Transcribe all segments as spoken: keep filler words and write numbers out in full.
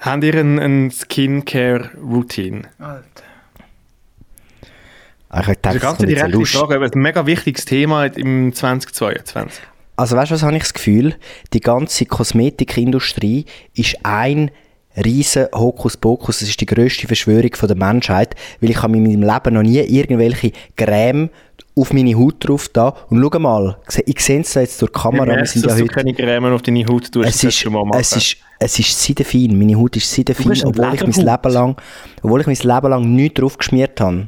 Habt ihr eine ein Skincare-Routine? Alter. Ich dachte, Das ist eine ganz direkte Frage, aber ein mega wichtiges Thema im zwanzig zweiundzwanzig. Also weißt du, was habe ich das Gefühl? Die ganze Kosmetikindustrie ist ein riesen Hokuspokus. Das ist die grösste Verschwörung von der Menschheit, weil ich habe in meinem Leben noch nie irgendwelche Creme auf meine Haut drauf da. Und schau mal, ich sehe es jetzt durch die Kamera. Wir sind dass ja du keine Creme auf deine Haut tust, es ist, es ist, es ist seidefein. Meine Haut ist seidefein, obwohl ich mein Leben lang, obwohl ich mein Leben lang nichts drauf geschmiert habe.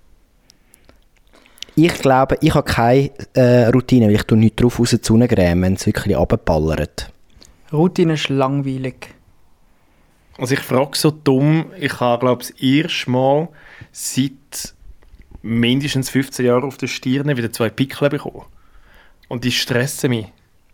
Ich glaube, ich habe keine äh, Routine, weil ich tue nichts drauf raus zu Sonnencreme, wenn es wirklich runterballert. Routine ist langweilig. Also ich frage so dumm, ich habe glaube ich das erste Mal seit mindestens fünfzehn Jahren auf der Stirn wieder zwei Pickel bekommen. Und die stressen mich.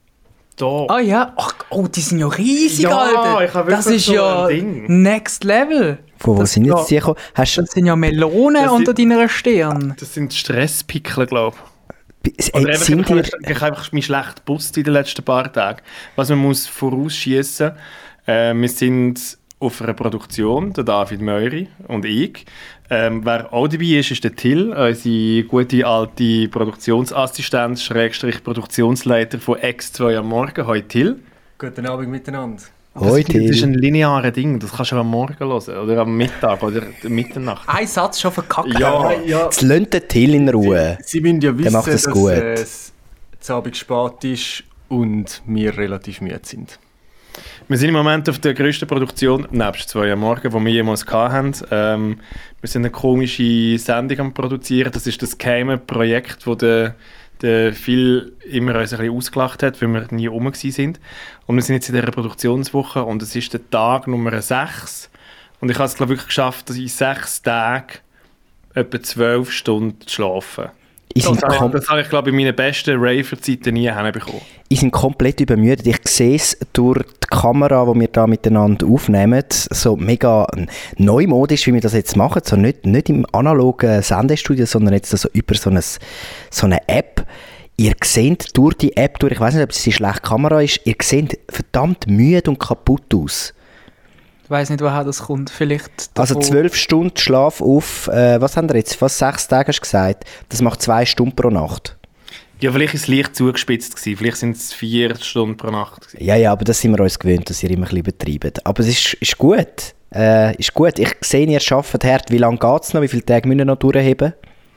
Da. Ah ja, Ach, oh, die sind ja riesig, ja, Alter. Ich habe das ist so ja Next Level. Von wo das sind jetzt ja, die gekommen? Hast das sind ja Melonen unter sind, deiner Stirn. Das sind Stresspickel, glaube ich. Oder einfach, sind ich, ich habe einfach mich schlecht geputzt in den letzten paar Tagen. Was man muss vorausschießen, äh, wir sind auf einer Produktion, der David Meury und ich. Ähm, wer auch dabei ist, ist der Till, unsere gute alte Produktionsassistenz, Schrägstrich Produktionsleiter von X zwei am Morgen. Hoi Till. Guten Abend miteinander. Hoi Till. Das ist ein lineares Ding, das kannst du am Morgen hören oder am Mittag oder Mitternacht. Ein Satz schon verkackt. Ja, ja. Jetzt lasst den Till in Ruhe. Sie, Sie müssen ja wissen, macht das dass gut. äh, es zu Abend spät ist und wir relativ müde sind. Wir sind im Moment auf der grössten Produktion, nebst zwei am Morgen, die wir jemals hatten. Ähm, wir sind eine komische Sendung am produzieren. Das ist das geheime Projekt, das der, der Phil immer uns ein bisschen ausgelacht hat, weil wir nie rum sind. Und wir sind jetzt in dieser Produktionswoche und es ist der Tag Nummer sechs. Und ich habe es, glaube ich, wirklich geschafft, dass ich in sechs Tagen etwa zwölf Stunden schlafe. Ich Das, das habe ich, ich, glaube ich, in meinen besten Raver-Zeiten nie hinbekommen. Ich bin komplett übermüdet. Ich sehe es durch die Kamera, die wir da miteinander aufnehmen, so mega neumodisch, wie wir das jetzt machen. So nicht, nicht im analogen Sendestudio, sondern jetzt so über so eine, so eine App. Ihr seht durch die App durch, ich weiß nicht, ob es eine schlechte Kamera ist, ihr seht verdammt müde und kaputt aus. Ich weiss nicht, woher das kommt. Vielleicht also zwölf Stunden Schlaf auf, äh, was haben wir jetzt, fast sechs Tage hast du gesagt? Das macht zwei Stunden pro Nacht. Ja, vielleicht war es leicht zugespitzt gewesen. Vielleicht sind es vier Stunden pro Nacht gewesen. Ja, ja, aber das sind wir uns gewöhnt, dass ihr immer ein bisschen betreibt. Aber es ist, ist gut. Äh, ist gut. Ich sehe, ihr arbeitet hart. Wie lange geht es noch? Wie viele Tage müssen wir noch durchheben?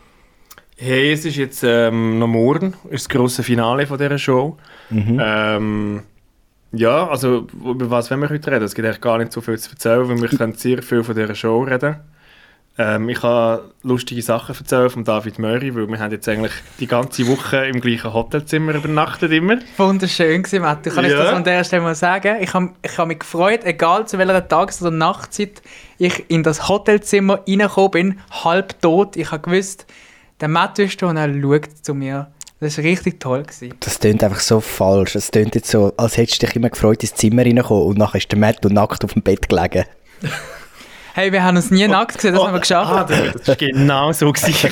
Hey, es ist jetzt ähm, noch morgen, ist das grosse Finale von dieser Show. Mhm. Ähm, ja, also über was wollen wir heute reden? Es gibt eigentlich gar nicht so viel zu erzählen, weil wir ich können sehr viel von dieser Show reden. Ähm, ich habe lustige Sachen erzählen von David Meury, weil wir haben jetzt eigentlich die ganze Woche im gleichen Hotelzimmer übernachtet immer. Wunderschön gewesen, Matthew. Kann ja. ich das an dieser Stelle mal sagen? Ich habe ich hab mich gefreut, egal zu welcher Tages- oder Nachtzeit ich in das Hotelzimmer reingekommen bin, halb tot. Ich habe gewusst, der Matthew ist da und er schaut zu mir. Das war richtig toll gewesen. Das klingt einfach so falsch. Es klingt jetzt so, als hättest du dich immer gefreut, ins Zimmer reinkommen und nachher ist der Matthew nackt auf dem Bett gelegen. Hey, wir haben uns nie oh, nackt gesehen, das oh, haben wir geschafft. Ah, das war genau so gewesen.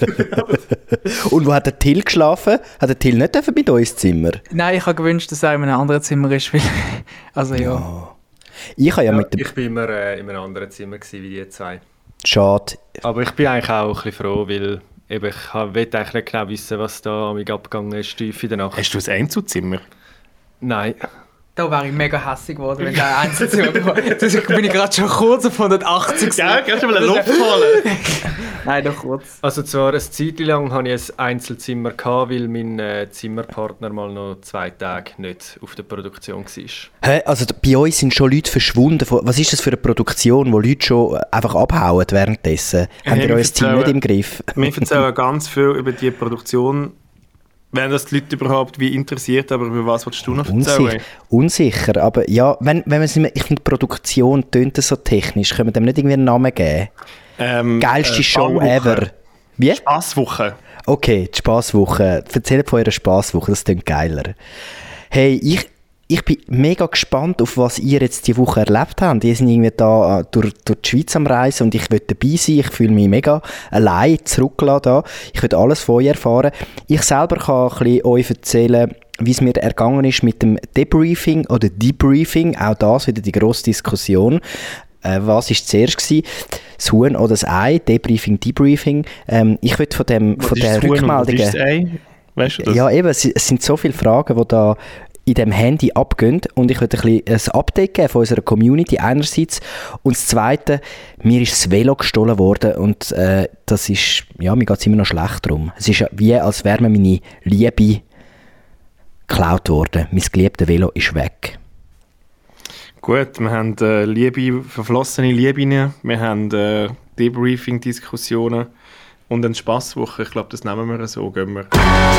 Und wo hat der Till geschlafen? Hat der Till nicht bei uns ins Zimmer? Nein, ich habe gewünscht, dass er in einem anderen Zimmer ist. Weil, also ja. Oh. Ich, ja ja, mit dem ich bin immer äh, in einem anderen Zimmer gewesen, wie die zwei. Schade. Aber ich bin eigentlich auch ein bisschen froh, weil eben, ich will eigentlich nicht genau wissen, was da am abgegangen ist, tief in der Nacht. Hast du ein Einzelzimmer? Nein. Da wäre ich mega hässlich geworden, wenn der Einzelzimmer bekommt. Da bin ich gerade schon kurz auf hundertachtzig. Ja, kannst du mal eine Luft holen? Nein, doch kurz. Also zwar eine Zeit lang hatte ich ein Einzelzimmer, gehabt, weil mein äh, Zimmerpartner mal noch zwei Tage nicht auf der Produktion war. Hä? Also bei uns sind schon Leute verschwunden. Was ist das für eine Produktion, wo Leute schon einfach abhauen währenddessen? Hey, habt ihr euer Team nicht im Griff? Wir erzählen ganz viel über die Produktion. Wenn das die Leute überhaupt wie interessiert, aber über was willst du noch erzählen? Unsicher, unsicher, aber ja, wenn, wenn man es ich finde, Produktion tönt so technisch, können wir dem nicht irgendwie einen Namen geben? Ähm, Geilste äh, Show ever. Wie? Spasswoche. Okay, die Spasswoche. Erzählt von eurer Spasswoche, das klingt geiler. Hey, ich, ich bin mega gespannt, auf was ihr jetzt diese Woche erlebt habt. Ihr seid irgendwie da durch, durch die Schweiz am Reisen und ich will dabei sein. Ich fühle mich mega allein zurückgelassen da. Ich will alles von euch erfahren. Ich selber kann ein bisschen euch erzählen, wie es mir ergangen ist mit dem Debriefing oder Debriefing. Auch das wieder die grosse Diskussion. Äh, was war zuerst gewesen? Das Huhn oder das Ei? Debriefing, Debriefing. Ähm, ich würde von, dem, von der Rückmeldung... Was ist das Ei? Weißt du das? Ja, eben. Es, es sind so viele Fragen, die da in dem Handy abgehen. Und ich würde ein, bisschen ein Update geben von unserer Community einerseits. Und das Zweite, mir ist das Velo gestohlen worden. Und äh, das ist... Ja, mir geht es immer noch schlecht darum. Es ist wie, als wäre mir meine Liebe geklaut worden. Mein geliebtes Velo ist weg. Gut, wir haben äh, Liebe, verflossene Lieben, wir haben äh, Debriefing-Diskussionen und eine Spasswoche. Ich glaube, das nehmen wir so, gehen wir.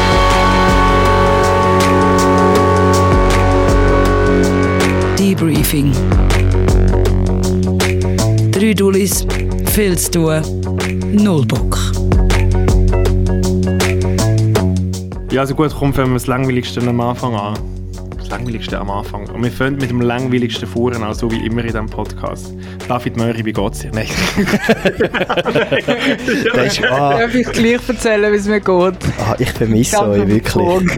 Debriefing. Drei Dullis, viel zu tun, null Bock. Ja, also gut, kommt, fangen wir das Langweiligste am Anfang an. Das Langweiligste am Anfang. Und wir fangen mit dem Langweiligsten vorne an, so wie immer in diesem Podcast. David Möri, wie geht's dir? Nein. Das ist, ah, Darf ich gleich erzählen, wie es mir geht? ah, ich vermisse euch wirklich.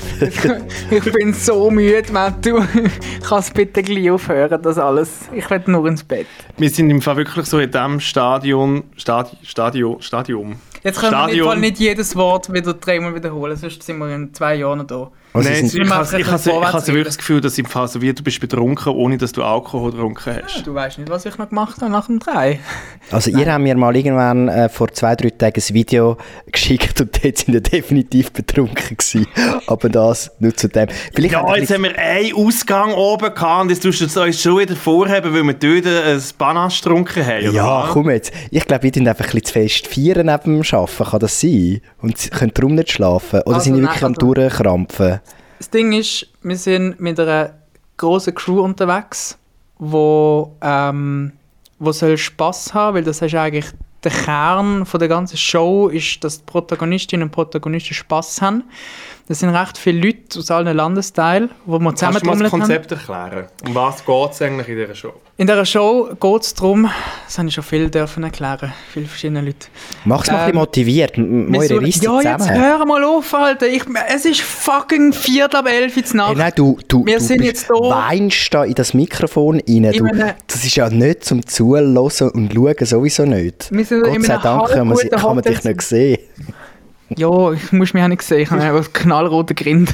Ich bin so müde, Matthew. Kannst bitte gleich aufhören, das alles. Ich will nur ins Bett. Wir sind im Fall wirklich so in diesem Stadion, Stadi, Stadion, Stadium. Jetzt können Stadion. wir im Fall nicht jedes Wort wieder dreimal wiederholen, sonst sind wir in zwei Jahren noch da. Also Nein, sind, ich wir habe machen ich ein habe- bisschen ich habe vorwärts wirklich das Gefühl, dass im Fall so wie du bist betrunken, ohne dass du Alkohol getrunken hast. Du weißt nicht, was ich noch gemacht habe nach dem drei. also ihr habt mir mal irgendwann äh, vor zwei, drei Tagen ein Video geschickt und dort sind wir definitiv betrunken gewesen. Aber das nur zu dem. Vielleicht Ja, ein jetzt haben wir einen Ausgang oben gehabt und jetzt tust du es uns schon wieder vorhaben, weil wir dort ein Bananas getrunken haben, oder Ja, was? komm jetzt. Ich glaube, wir tun einfach ein bisschen zu fest feiern neben dem Arbeiten. Kann das sein? Und sie können darum nicht schlafen? Oder Also sind die nein, wirklich am also- Durchkrampfen? Das Ding ist, wir sind mit einer grossen Crew unterwegs, wo, ähm, wo soll Spass haben, weil das ist eigentlich der Kern von der ganzen Show, ist, dass die Protagonistinnen und Protagonisten Spass haben. Das sind recht viele Leute aus allen Landesteilen, wo wir Kannst du mal das zusammentrommelt haben. Konzept erklären? Um was geht es eigentlich in dieser Show? In dieser Show geht es darum, das habe ich schon viel dürfen erklären, viele verschiedene Leute. Mach's mal ein Ähm, bisschen motiviert. M- Wir Moire, so- reiss dich ja, jetzt zusammen. hör mal auf, Alter. Ich, es ist fucking Viertel ab elf Uhr Nacht. Hey, nein, du, du, Wir du sind bist, jetzt da. weinst da in das Mikrofon rein. Ich Du, meine- das ist ja nicht zum Zuhören und Schauen sowieso nicht. Wir sind Gott in sei einem Dank kann man, halbguten kann man dich Hotel- nicht sehen. Ja, ich muss mich auch nicht sehen. Ich habe einfach knallrote Grind.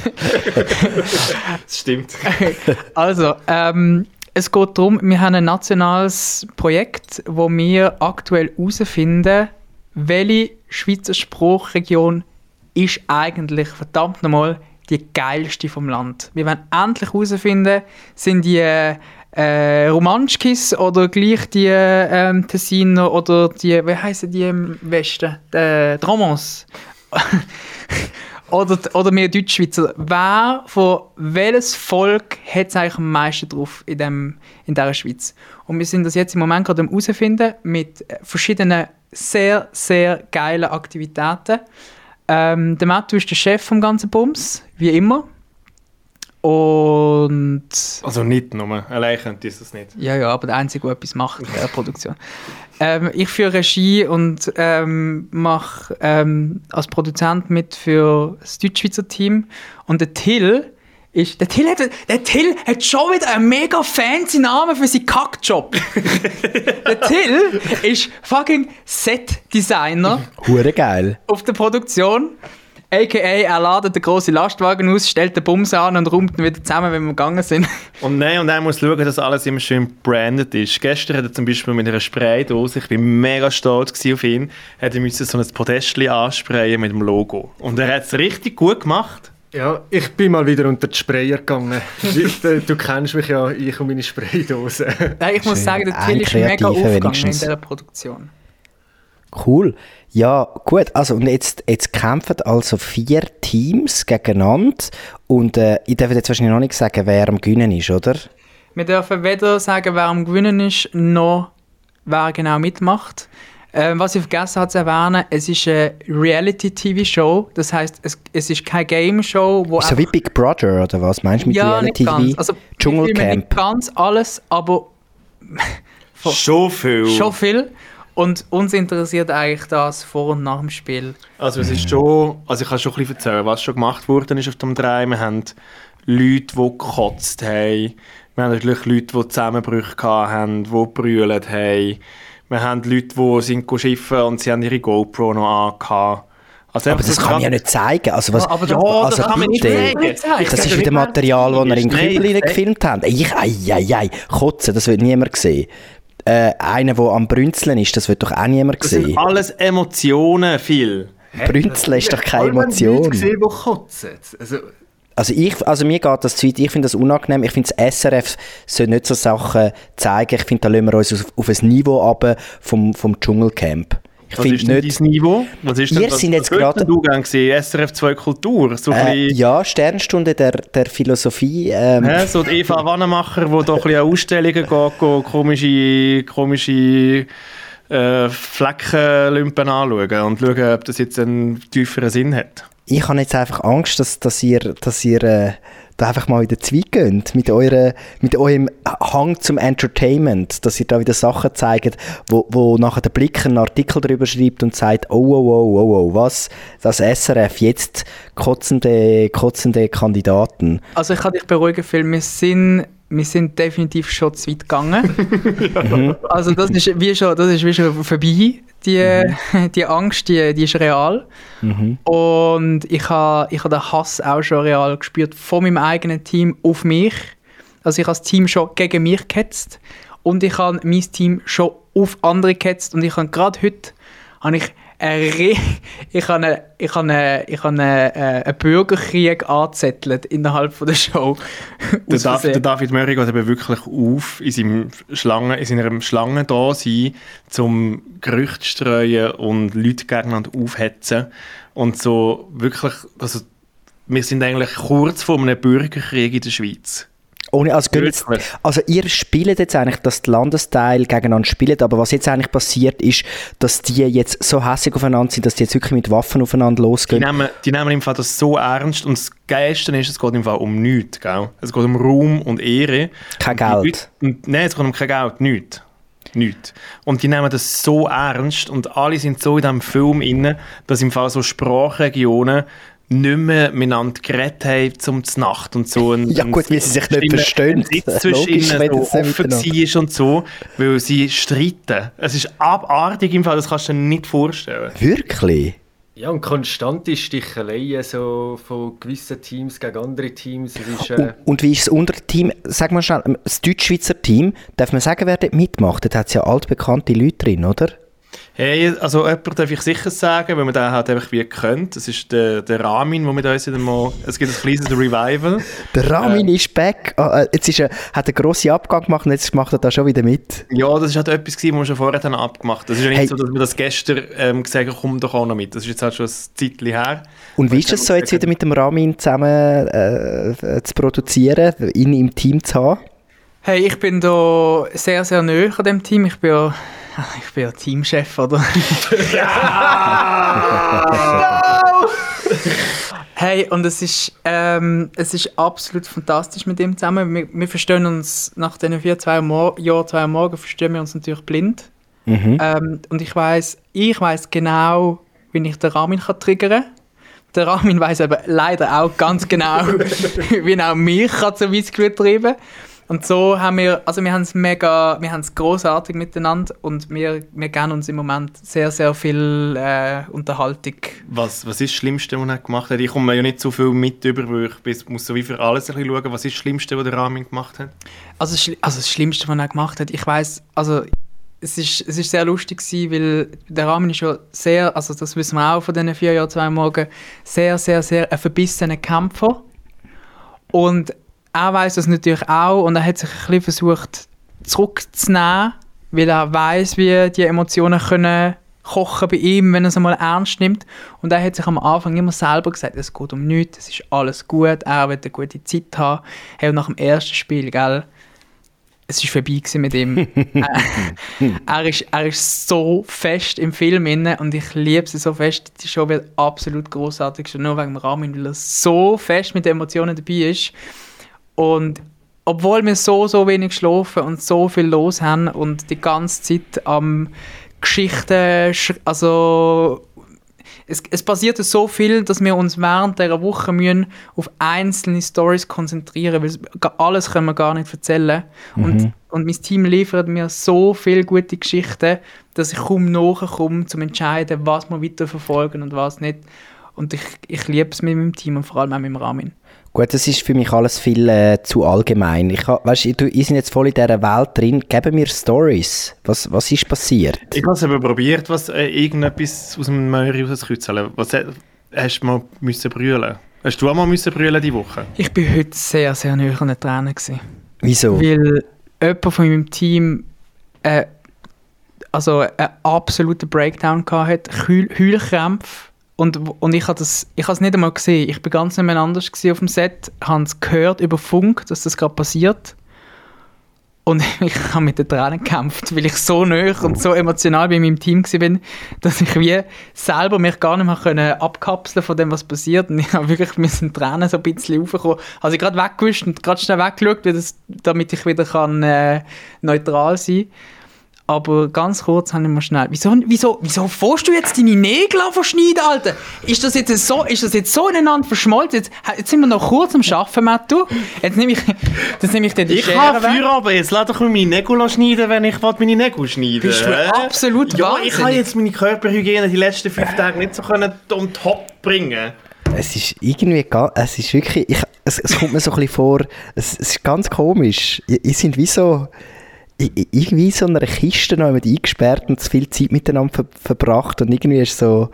Das stimmt. Also, ähm, es geht darum, wir haben ein nationales Projekt, wo wir aktuell herausfinden, welche Schweizer Sprachregion ist eigentlich verdammt nochmal die geilste vom Land. Wir wollen endlich herausfinden, sind die äh, Romanschkis oder gleich die äh, Tessiner oder die, wie heissen die im Westen? Äh, die Romans. Oder, oder wir Deutschschweizer. Wer von welches Volk hat es eigentlich am meisten drauf in, dem, in dieser Schweiz? Und wir sind das jetzt im Moment gerade am herausfinden mit verschiedenen sehr, sehr geilen Aktivitäten. Ähm, der Matthew ist der Chef vom ganzen Bums, wie immer. Und Also nicht nur, allein könnte ich das nicht. ja, ja, aber der Einzige, der etwas macht in der Produktion. Ähm, ich führe Regie und ähm, mache ähm, als Produzent mit für das Deutschschweizer Team. Und der Till ist... Der Till hat, der Till hat schon wieder einen mega fancy Namen für seinen Kackjob. Der Till ist fucking Set-Designer Hure geil. auf der Produktion. A K A er ladet den grossen Lastwagen aus, stellt den Bums an und räumt ihn wieder zusammen, wenn wir gegangen sind. Und nein, und er muss schauen, dass alles immer schön branded ist. Gestern hat er zum Beispiel mit einer Spraydose, ich bin mega stolz gewesen auf ihn, hat er müssen so ein Podestchen ansprayen mit dem Logo. Und er hat es richtig gut gemacht. Ja, ich bin mal wieder unter die Sprayer gegangen. du, du kennst mich ja, ich und meine Spraydose. Nein, ich muss Schön. sagen, der Ein Till ist mega Kreativer aufgegangen in wenigstens. dieser Produktion. Cool. Ja, gut. Also, und jetzt, jetzt kämpfen also vier Teams gegeneinander. Und äh, ich darf jetzt wahrscheinlich noch nicht sagen, wer am Gewinnen ist, oder? Wir dürfen weder sagen, wer am Gewinnen ist, noch wer genau mitmacht. Ähm, was ich vergessen habe zu erwähnen, es ist eine Reality-T V-Show. Das heisst, es, es ist keine Game-Show, wo So wie Big Brother, oder was? Meinst du mit ja, nicht Reality ganz. T V? Also, Dschungelcamp. nicht ganz alles, aber Schon viel. schon viel. Und uns interessiert eigentlich das vor und nach dem Spiel. Also es ist schon, also ich kann schon ein bisschen erzählen, was schon gemacht worden ist auf dem Dreh. Wir haben Leute, die gekotzt haben. Wir haben natürlich Leute, die Zusammenbrüche hatten, die gebrüllt haben. Wir haben Leute, die sind schiffen und sie haben ihre GoPro noch angehabt. Also aber das kann man ja nicht zeigen. Also was, aber ja, das, also das kann man nicht bitte, zeigen. das ist wieder Material, das wir in Kübel gefilmt haben. Ich, ei, ei, ei, kotzen, das wird niemand sehen. Äh, einer, der am Brünzeln ist, das wird doch auch niemand das sehen. Das sind alles Emotionen, viel. Brünzeln ist doch keine Emotion. Ich habe Leute gesehen, die kotzen. Also, Also, ich, also mir geht das zu weit, ich finde das unangenehm. Ich finde, das S R F soll nicht so Sachen zeigen. Ich finde, da lassen wir uns auf, auf ein Niveau runter vom, vom Dschungelcamp. Ich Was ist denn dein Niveau? Was ist denn, Wir was, sind jetzt was gerade- du gern gesehen? S R F zwei Kultur? So, ein Äh, bisschen, ja, Sternstunde der, der Philosophie. Ähm, hä, so die Eva Wannemacher, die doch ein bisschen an Ausstellungen geht, geht komische, komische äh, Fleckenlümpen anschauen und schauen, ob das jetzt einen tieferen Sinn hat. Ich habe jetzt einfach Angst, dass, dass ihr, dass ihr äh, da einfach mal wieder zu weit geht mit, eure, mit eurem Hang zum Entertainment, dass ihr da wieder Sachen zeigt, wo, wo nachher der Blick einen Artikel darüber schreibt und sagt, oh, oh, oh, oh, oh, was, das S R F, jetzt kotzende, kotzende Kandidaten. Also ich kann dich beruhigen, Phil, wir sind, wir sind definitiv schon zu weit gegangen. Also das ist wie schon, das ist wie schon vorbei. Die, mhm. die Angst, die, die ist real. Mhm. Und ich habe ich ha den Hass auch schon real gespürt von meinem eigenen Team auf mich. Also ich habe das Team schon gegen mich gehetzt und ich habe mein Team schon auf andere gehetzt. Und ich habe gerade heute habe ich eine, ich habe eine, ich habe eine, ich habe eine, einen Bürgerkrieg angezettelt innerhalb von der Show. Der, Dav, der David Möri geht eben wirklich auf in, seinem Schlangen, in seiner Schlange da sein, zum Gerüchte streuen und Leute gegeneinander aufhetzen. Und so wirklich, also wir sind eigentlich kurz vor einem Bürgerkrieg in der Schweiz. Ohne, also, jetzt, also ihr spielt jetzt eigentlich, dass die Landesteile gegeneinander spielen, aber was jetzt eigentlich passiert ist, dass die jetzt so hässlich aufeinander sind, dass die jetzt wirklich mit Waffen aufeinander losgehen. Die nehmen, die nehmen im Fall das so ernst und das Geilste ist, es geht im Fall um nichts, gell? Es geht um Ruhm und Ehre. Kein Geld. Leute, nein, es geht um kein Geld, nichts. Nichts. Und die nehmen das so ernst und alle sind so in diesem Film inne, dass im Fall so Sprachregionen nicht mehr miteinander geredet haben zum Nacht und so. Ein, ja gut, weil sie sich nicht verstehen. Sitz zwischen ihnen so offen war und so, weil sie streiten. Es ist abartig im Fall, das kannst du dir nicht vorstellen. Wirklich? Ja, und konstante Sticheleien so von gewissen Teams gegen andere Teams. Ist, äh und, und wie ist das untere Team? Sag mal schnell, das Deutschschweizer Team, darf man sagen, wer dort mitmacht? Da hat es ja altbekannte Leute drin, oder? Hey, also jemand darf ich sicher sagen, weil man den halt einfach wie kennt. Das ist der, der Ramin, der mit uns wieder mal... Es gibt ein kleines Revival. Der Ramin äh, ist back. Oh, jetzt ist er, hat einen grossen Abgang gemacht und jetzt macht er da schon wieder mit. Ja, das ist halt etwas, was wir schon vorher dann abgemacht haben. Das ist ja nicht hey. so, dass wir das gestern ähm, gesagt haben, komm doch auch noch mit. Das ist jetzt halt schon ein Zeitchen her. Und wie ist es so, jetzt wieder mit dem Ramin zusammen äh, zu produzieren, ihn im Team zu haben? Hey, ich bin da sehr, sehr nahe an dem Team. Ich bin ja, ich bin ja Teamchef, oder? Ja! No! Hey, und es ist, ähm, es ist absolut fantastisch mit ihm zusammen. Wir, wir verstehen uns nach diesen vier, zwei Mo- Jahren, zwei Morgen, verstehen wir uns natürlich blind. Mhm. Ähm, und ich weiss, ich weiss genau, wie ich den Ramin kann triggern kann. Der Ramin weiss aber leider auch ganz genau, wie er auch mich kann zum Weissglut treiben kann. Und so haben wir, also wir haben es mega, wir haben es grossartig miteinander und wir, wir geben uns im Moment sehr, sehr viel äh, Unterhaltung. Was, was ist das Schlimmste, was er gemacht hat? Ich komme ja nicht so viel mit über, weil ich bis, muss so wie für alles ein bisschen schauen. Was ist das Schlimmste, was der Ramin gemacht hat? Also, also das Schlimmste, was er gemacht hat, ich weiss, also es ist, es ist sehr lustig gewesen, weil der Ramin ist ja sehr, also das wissen wir auch von diesen vier Jahren, zwei Morgen, sehr, sehr, sehr ein verbissener Kämpfer. Und er weiss das natürlich auch und er hat sich ein bisschen versucht zurückzunehmen, weil er weiss, wie die Emotionen können kochen bei ihm, wenn er es einmal ernst nimmt. Und er hat sich am Anfang immer selber gesagt, es geht um nichts, es ist alles gut, er will eine gute Zeit haben. Hey, und nach dem ersten Spiel, gell, es war vorbei mit ihm. er, ist, er ist so fest im Film inne und ich liebe sie so fest. Die Show wird absolut grossartig, schon nur wegen dem Ramin, weil er so fest mit den Emotionen dabei ist. Und obwohl wir so, so wenig schlafen und so viel los haben und die ganze Zeit am Geschichten, also es, es passiert so viel, dass wir uns während dieser Woche müssen auf einzelne Storys konzentrieren, weil alles können wir gar nicht erzählen. Mhm. Und, und mein Team liefert mir so viele gute Geschichten, dass ich kaum nachkomme, um zu entscheiden, was wir weiterverfolgen und was nicht. Und ich, ich liebe es mit meinem Team und vor allem auch mit dem Ramin. Gut, das ist für mich alles viel äh, zu allgemein. Ich, weißt, du, ich bin jetzt voll in dieser Welt drin. Geben mir Storys. Was, was ist passiert? Ich habe es aber probiert, was, äh, irgendetwas aus dem Möri rauszukitzeln. Was äh, hast du mal müssen brüllen? Hast du auch mal müssen brüllen diese Woche? Ich war heute sehr, sehr nahe an den Tränen gewesen. Wieso? Weil jemand von meinem Team äh, also einen absoluten Breakdown hatte, Heul- Heulkrämpfe. Und, und ich habe es nicht einmal gesehen. Ich war ganz nebeneinander auf dem Set, habe es gehört über Funk, dass das gerade passiert. Und ich habe mit den Tränen gekämpft, weil ich so nahe und so emotional bei meinem Team war, dass ich wie selber mich gar nicht mehr abkapseln von dem, was passiert. Und ich habe wirklich mit den Tränen so ein bisschen raufgekommen. Also ich gerade weggewischt und gerade schnell weggeschaut, damit ich wieder kann, äh, neutral sein kann. Aber ganz kurz haben wir mal schnell. Wieso, wieso, wieso fährst du jetzt deine Nägel an verschneiden, Alter? Ist das jetzt so, ist das jetzt so ineinander verschmolzen? Jetzt, jetzt sind wir noch kurz am Arbeiten, Mattu. Jetzt nehme ich, jetzt nehme ich den die Ich Schere habe weg. Feierabend. Jetzt lass doch mal meine Nägel schneiden, wenn ich meine Nägel schneiden will. Bist du absolut Ja, wahnsinnig? ich habe jetzt meine Körperhygiene die letzten fünf Tage nicht so können on top bringen. Es ist irgendwie, ga- es ist wirklich, ich, es, es kommt mir so ein bisschen vor, es, es ist ganz komisch. Ich, ich sind wie so... irgendwie so in einer Kiste noch eingesperrt und zu viel Zeit miteinander ver- verbracht und irgendwie ist so,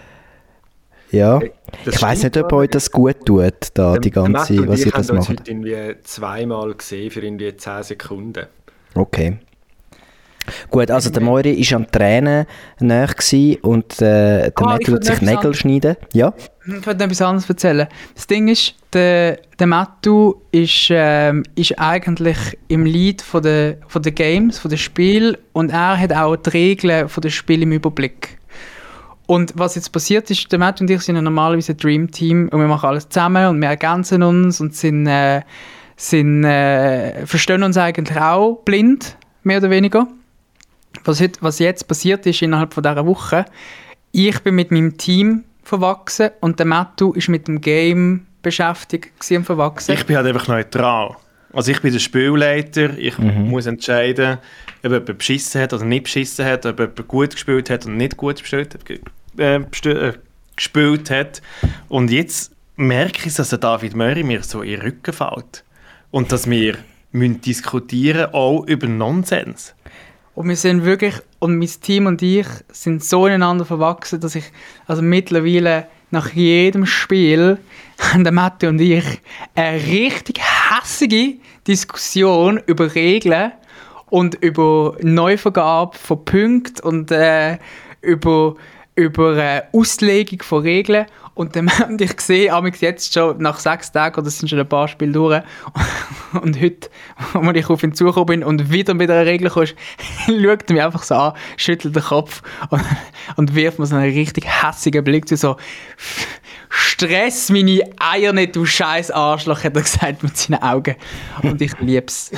ja, Das ich weiss stimmt, nicht, ob euch das gut tut, da, Der- die der Matt ganze, und was ich ihr das haben uns macht. heute irgendwie zweimal gesehen für irgendwie zehn Sekunden. Okay. Gut, also der Moiri war an Tränen nahe gewesen und äh, der Ah, Matt ich tut wollte sich noch etwas Nägel schneiden. Ja? Ich wollte noch etwas anderes erzählen. Das Ding ist, der, der Mattu ist, ähm, ist eigentlich im Lead von der, von der Games, von den Spielen und er hat auch die Regeln von den Spielen im Überblick. Und was jetzt passiert ist, der Mattu und ich sind ja normalerweise ein Dream-Team und wir machen alles zusammen und wir ergänzen uns und sind, äh, sind, äh, verstehen uns eigentlich auch blind, mehr oder weniger. Was, heute, was jetzt passiert ist innerhalb von dieser Woche, ich bin mit meinem Team verwachsen und der Mattu ist mit dem Game beschäftigt und verwachsen. Ich bin halt einfach neutral. Also ich bin der Spielleiter, ich Mhm. muss entscheiden, ob jemand beschissen hat oder nicht beschissen hat, ob jemand gut gespielt hat oder nicht gut gespielt, äh, bestö- äh, gespielt hat. Und jetzt merke ich, dass der David Möri mir so in den Rücken fällt. Und dass wir müssen diskutieren, auch über Nonsens. Und wir sind wirklich, und mein Team und ich sind so ineinander verwachsen, dass ich, also mittlerweile nach jedem Spiel haben der Mathe und ich eine richtig hässige Diskussion über Regeln und über Neuvergabe von Punkten und äh, über, über äh, Auslegung von Regeln. Und dann und ich sehe amigs jetzt schon nach sechs Tagen, oder es sind schon ein paar Spiele durch, und heute, als ich auf ihn zugekommen bin und wieder mit einer Regel kam, schaut er mich einfach so an, schüttelt den Kopf und, und wirft mir so einen richtig hässigen Blick zu, so «Stress meine Eier nicht, du scheiß Arschloch», hat er gesagt mit seinen Augen. Und ich lieb's.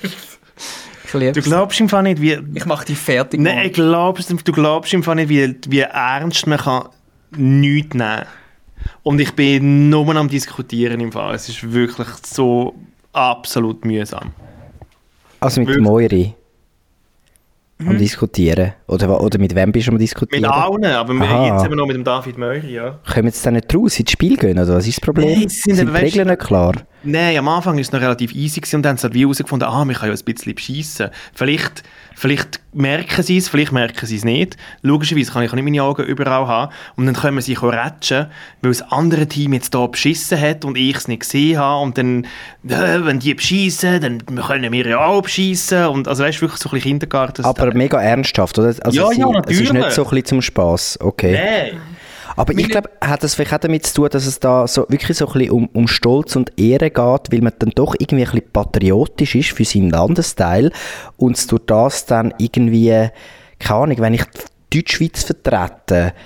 Ich lieb's. Du glaubst im Fall nicht, wie... Ich mach dich fertig, Nein, Mann. ich glaubst, du glaubst im Fall nicht, wie, wie ernst man kann nichts nehmen kann. Und ich bin nur am Diskutieren im Fall. Es ist wirklich so absolut mühsam. Also mit Wirklich? Moiri am Mhm. Diskutieren. Oder, oder mit wem bist du am Diskutieren? Mit allen, aber wir, Aha. jetzt sind wir noch mit dem David Möri, ja. Können wir jetzt dann nicht raus ins Spiel gehen, oder was ist das Problem? Nein, sie sind sind aber, die weißt Regeln du- nicht klar? Nein, am Anfang war es noch relativ easy gewesen und dann haben sie halt wie herausgefunden, ah, wir können ja ein bisschen beschissen. Vielleicht, vielleicht merken sie es, vielleicht merken sie es nicht. Logischerweise kann ich auch nicht meine Augen überall haben. Und dann können wir sich auch ratschen, weil das andere Team jetzt hier beschissen hat und ich es nicht gesehen habe. Und dann, äh, wenn die beschissen, dann können wir ja auch beschissen. Und also weißt du, wirklich so ein bisschen Kindergarten. Aber mega ernsthaft, oder? Also Ja, sie, ja, es ist natürlich. nicht so ein bisschen zum Spass, okay. Nein. Aber ich glaube, hat das vielleicht auch damit zu tun, dass es da so wirklich so ein bisschen um, um Stolz und Ehre geht, weil man dann doch irgendwie ein bisschen patriotisch ist für seinen Landesteil und es durch das dann irgendwie, keine Ahnung, wenn ich die Deutschschweiz vertrete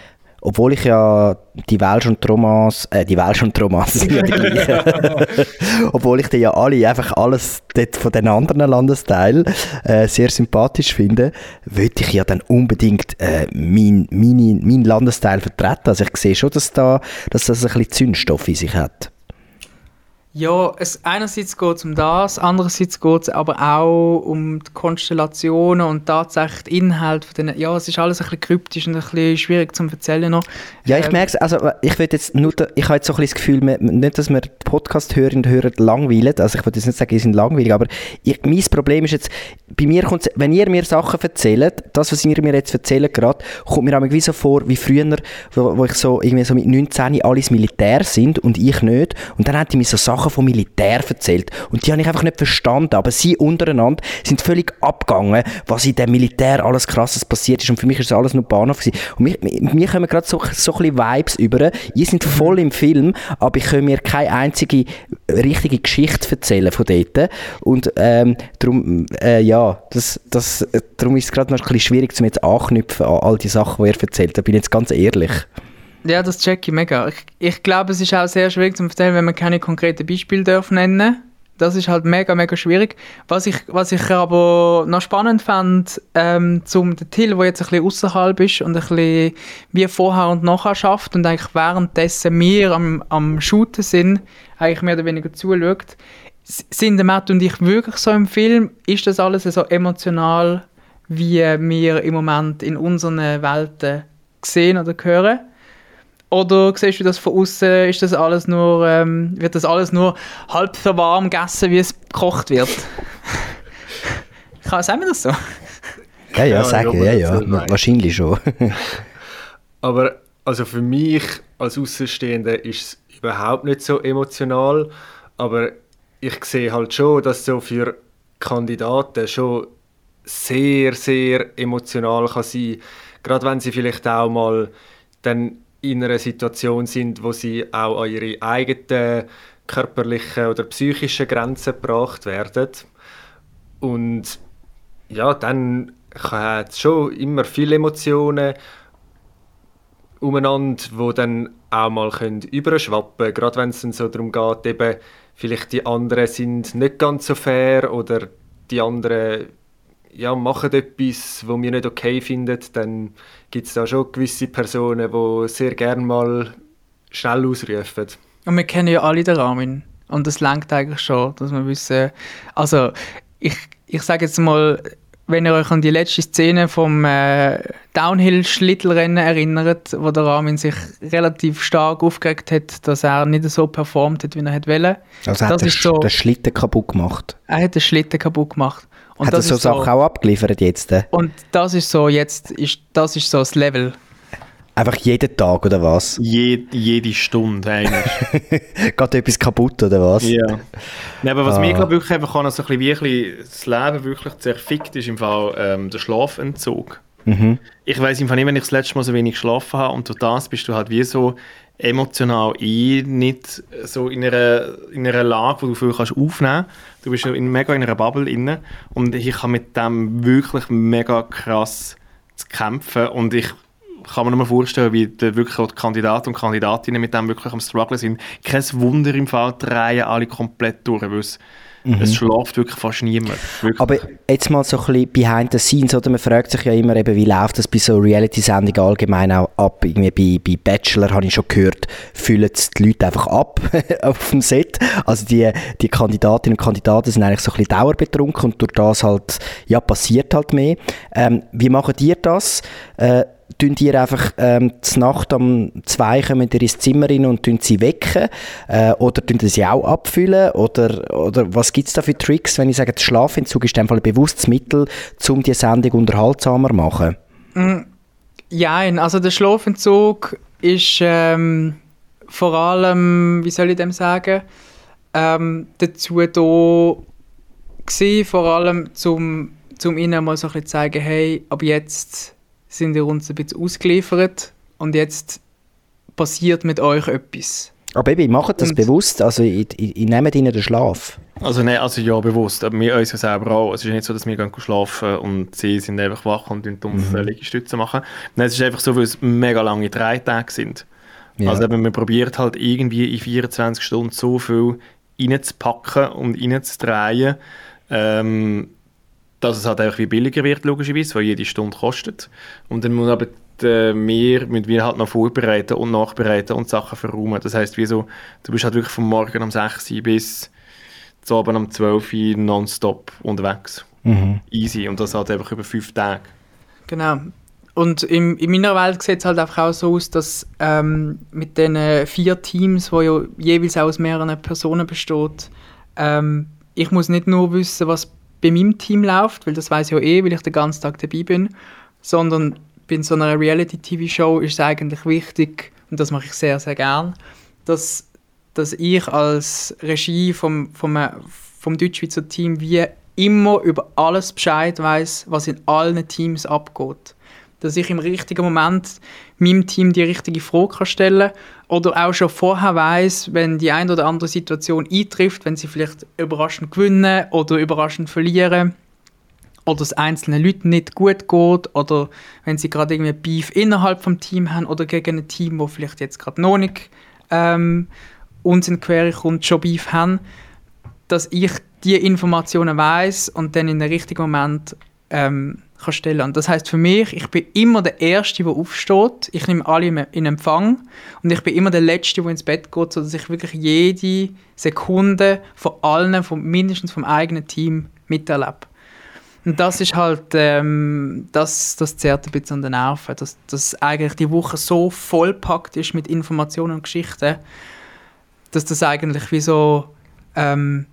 obwohl ich ja die Welsh und die Romans, äh, die Welsh und die Romans sind ja die gleichen. Obwohl ich die ja alle, einfach alles dort von den anderen Landesteilen äh, sehr sympathisch finde, würde ich ja dann unbedingt äh, mein, meine, mein Landesteil vertreten. Also ich sehe schon, dass, da, dass das ein bisschen Zündstoff in sich hat. Ja, es, einerseits geht es um das, andererseits geht es aber auch um die Konstellationen und tatsächlich die Inhalte von denen. Ja, es ist alles ein bisschen kryptisch und ein bisschen schwierig zu erzählen noch. Ja, ich Ähm, merke es. Also ich will jetzt nur, da- ich habe jetzt so ein bisschen das Gefühl, wir- nicht, dass wir die Podcast-Hörerinnen und Hörer langweilen, also ich will jetzt nicht sagen, die sind langweilig, aber ich, mein Problem ist jetzt, bei mir kommt wenn ihr mir Sachen erzählt, das, was ihr mir jetzt erzählt gerade, kommt mir irgendwie so vor, wie früher, wo, wo ich so, irgendwie so mit neunzehn alles Militär sind und ich nicht, und dann haben die mir so Sachen vom Militär erzählt und die habe ich einfach nicht verstanden, aber sie untereinander sind völlig abgegangen, was in dem Militär alles Krasses passiert ist, und für mich ist das alles nur Bahnhof gewesen. Und mir, mir kommen gerade so, so ein bisschen Vibes über, ihr seid voll im Film, aber ich kann mir keine einzige richtige Geschichte erzählen von dort, und ähm, darum, äh, ja, das, das, äh, darum ist es gerade noch ein bisschen schwierig, um jetzt anknüpfen an all die Sachen, die ihr erzählt, da bin ich jetzt ganz ehrlich. Ja, das check ich mega. Ich, ich glaube, es ist auch sehr schwierig zu erzählen, wenn man keine konkreten Beispiele darf nennen. Das ist halt mega, mega schwierig. Was ich, was ich aber noch spannend fand, ähm, zum den Till, der jetzt ein bisschen außerhalb ist und ein bisschen wie vorher und nachher schafft und eigentlich währenddessen wir am, am Shooten sind, eigentlich mehr oder weniger zuschaut, s- sind der Matt und ich wirklich so im Film? Ist das alles so emotional, wie wir im Moment in unseren Welten sehen oder hören? Oder siehst du das von außen? Ist das alles nur, ähm, wird das alles nur halb so warm gegessen, wie es gekocht wird? Kann, sagen wir das so? Ja, ja, Ja, sagen, ja, ja, ja, so nein. wahrscheinlich schon. Aber also für mich als Außenstehender ist es überhaupt nicht so emotional, aber ich sehe halt schon, dass so für Kandidaten schon sehr, sehr emotional kann sein, gerade wenn sie vielleicht auch mal dann in einer Situation sind, wo sie auch an ihre eigenen körperlichen oder psychischen Grenzen gebracht werden. Und ja, dann hat es schon immer viele Emotionen umeinander, die dann auch mal können überschwappen können. Gerade wenn es dann so darum geht, eben, vielleicht die anderen sind nicht ganz so fair oder die anderen ja, machen etwas, was wir nicht okay finden, dann gibt es da schon gewisse Personen, die sehr gerne mal schnell ausrufen. Und wir kennen ja alle den Rahmen. Und das langt eigentlich schon, dass wir wissen. Also, ich, ich sage jetzt mal, wenn ihr euch an die letzte Szene vom äh, Downhill-Schlittelrennen erinnert, wo der Ramin sich relativ stark aufgeregt hat, dass er nicht so performt hat, wie er hätte wollen. Also hat Das er ist so- den Schlitten kaputt gemacht. Er hat den Schlitten kaputt gemacht. Und Hat er das so ist Sachen auch abgeliefert jetzt? äh? Und das ist so jetzt, ist, das ist so das Level. Einfach jeden Tag, oder was? Je, jede Stunde eigentlich. Geht etwas kaputt, oder was? Ja. Nee, aber was Ah. mir, glaube ich, wirklich einfach kann, so ein bisschen, wie ein bisschen das Leben wirklich sehr fickt, ist im Fall ähm, der Schlafentzug. Mhm. Ich weiss im Fall nicht, wenn ich das letzte Mal so wenig geschlafen habe, und durch das bist du halt wie so emotional eh nicht so in einer, in einer Lage, wo du viel kannst aufnehmen kannst. Du bist in, mega in einer Bubble inne, und ich habe mit dem wirklich mega krass zu kämpfen, und ich kann mir nur mal vorstellen, wie die, wirklich auch die Kandidaten und Kandidatinnen mit dem wirklich am Struggle sind. Kein Wunder im Fall, drehen alle komplett durch, weil es, es schläft wirklich fast niemand. Wirklich. Aber jetzt mal so ein bisschen behind the scenes, oder? Man fragt sich ja immer eben, wie läuft das bei so Reality-Sendungen allgemein auch ab? Irgendwie bei, bei Bachelor habe ich schon gehört, füllen es die Leute einfach ab auf dem Set. Also die, die Kandidatinnen und Kandidaten sind eigentlich so ein bisschen dauerbetrunken, und durch das halt, ja, passiert halt mehr. Ähm, wie macht ihr das? Äh, Tun ihr einfach ähm, zur Nacht um zwei kommen ihr ins Zimmer rein und tun sie wecken? Äh, oder tun sie auch abfüllen? Oder, oder was gibt es da für Tricks, wenn ich sage, der Schlafentzug ist in dem Fall ein bewusstes Mittel, um die Sendung unterhaltsamer zu machen? Ja, also der Schlafentzug ist ähm, vor allem, wie soll ich dem sagen, ähm, dazu da gewesen, vor allem zum, zum ihnen mal so ein bisschen zeigen, hey, ab jetzt sind ihr uns ein bisschen ausgeliefert und jetzt passiert mit euch etwas. Aber eben, macht das Und- bewusst, also ich, ich, ich nehme ihnen den Schlaf. Also nein, also ja, bewusst. Aber wir uns ja selber auch. Es ist nicht so, dass wir gehen schlafen und sie sind einfach wach und dumme mhm. Liegestütze machen. Nein, es ist einfach so, weil es mega lange drei Tage sind. Ja. Also eben, man probiert halt irgendwie in vierundzwanzig Stunden so viel reinzupacken und reinzudrehen, ähm, dass es halt einfach wie billiger wird, logischerweise, weil jede Stunde kostet. Und dann muss aber die, wir, müssen wir halt noch vorbereiten und nachbereiten und Sachen verräumen. Das heisst, wie so, du bist halt wirklich vom Morgen um sechs Uhr bis zu Abend um zwölf Uhr nonstop unterwegs. Mhm. Easy. Und das halt einfach über fünf Tage. Genau. Und in, in meiner Welt sieht es halt einfach auch so aus, dass ähm, mit den vier Teams, die ja jeweils aus mehreren Personen besteht, ähm, ich muss nicht nur wissen, was bei meinem Team läuft, weil das weiß ich ja eh, weil ich den ganzen Tag dabei bin, sondern bei so einer Reality-T V-Show ist es eigentlich wichtig, und das mache ich sehr, sehr gern, dass, dass ich als Regie vom, vom, vom Deutschschweizer Team wie immer über alles Bescheid weiss, was in allen Teams abgeht. Dass ich im richtigen Moment meinem Team die richtige Frage kann stellen kann oder auch schon vorher weiss, wenn die eine oder andere Situation eintrifft, wenn sie vielleicht überraschend gewinnen oder überraschend verlieren oder es einzelnen Leuten nicht gut geht oder wenn sie gerade irgendwie Beef innerhalb des Teams haben oder gegen ein Team, das vielleicht jetzt gerade noch nicht ähm, uns in die Quere kommt, schon Beef haben, dass ich diese Informationen weiss und dann in den richtigen Moment ähm, kann stellen. Und das heisst für mich, ich bin immer der Erste, der aufsteht. Ich nehme alle in Empfang und ich bin immer der Letzte, der ins Bett geht, sodass ich wirklich jede Sekunde von allen, von, mindestens vom eigenen Team miterlebe. Und das ist halt, ähm, das, das zehrt ein bisschen an den Nerven, dass, dass eigentlich die Woche so vollpackt ist mit Informationen und Geschichten, dass das eigentlich wie so, ähm,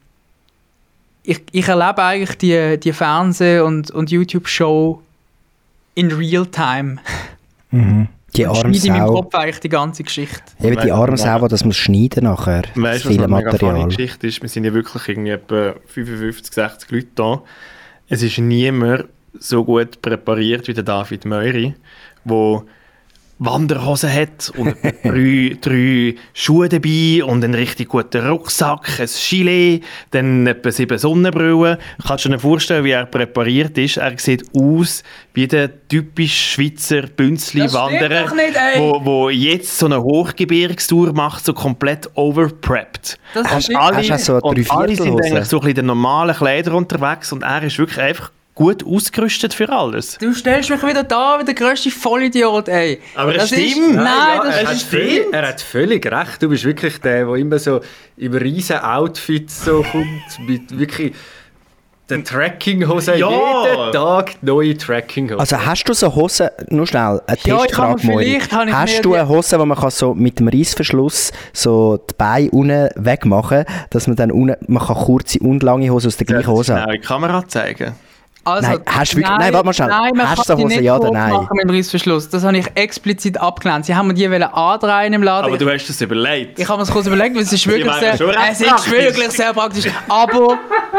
ich, ich erlebe eigentlich die, die Fernseh- und, und YouTube-Show in Real-Time. Mhm. Die und schneide in meinem Armsau. Kopf eigentlich die ganze Geschichte. Eben die Armsau, die das muss schneiden nachher. Das Weißt du, was viele eine mega funny Material. Geschichte ist? Wir sind ja wirklich irgendwie etwa fünfundfünfzig, sechzig Leute da. Es ist niemand so gut präpariert wie der David Meury, der Wanderhosen hat und drei, drei Schuhe dabei und einen richtig guten Rucksack, ein Gilet, dann etwa sieben Sonnenbrillen. Kannst du dir vorstellen, wie er präpariert ist? Er sieht aus wie der typische Schweizer Bünzli-Wanderer, doch nicht, ey. wo, wo jetzt so eine Hochgebirgstour macht, so komplett overprepped. Das Und stimmt. alle, Hast du auch so eine und alle sind Dreiviertelhose? eigentlich so ein bisschen in den normalen Kleidern unterwegs und er ist wirklich einfach gut ausgerüstet für alles. Du stellst mich wieder da wie der grösste Vollidiot, ey. Aber es das ist, stimmt. Nein, ja, das er, hat ist völlig, er hat völlig recht. Du bist wirklich der, der immer so im riesen Outfit so kommt, mit wirklich der Trackinghose. Ja. Jeden Tag neue Trackinghose. Also hast du so Hosen, nur schnell, eine Ja, ich habe Testfrage, Moiri. vielleicht habe ich Hast mir du die- eine Hose, wo man kann so mit dem Reissverschluss so die Beine unten wegmachen kann, dass man dann unten, man kann kurze und lange Hose aus der gleichen Hose haben? Schnell in die Kamera zeigen. Also, Nein, hast du wirklich- nein, warte mal schnell. Nein, man Hast kann du so die Hose, nicht ja oder kurz nein? machen mit dem Reissverschluss. Das habe ich explizit abgelehnt. Sie haben mir die wollen andrehen im Laden. Aber du hast das überlegt. Ich habe mir das kurz überlegt, weil es ist wirklich waren sehr, schon recht es ist praktisch. wirklich sehr praktisch. Aber,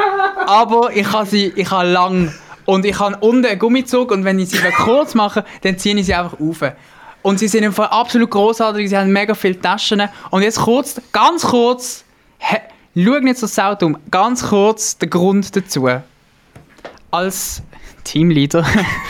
aber ich habe sie, ich habe lang und ich habe unten einen Gummizug und wenn ich sie kurz mache, dann ziehe ich sie einfach auf. Und sie sind im Fall absolut großartig. Sie haben mega viele Taschen. Und jetzt kurz, ganz kurz, he, schau nicht so saut um, ganz kurz der Grund dazu. Als Teamleader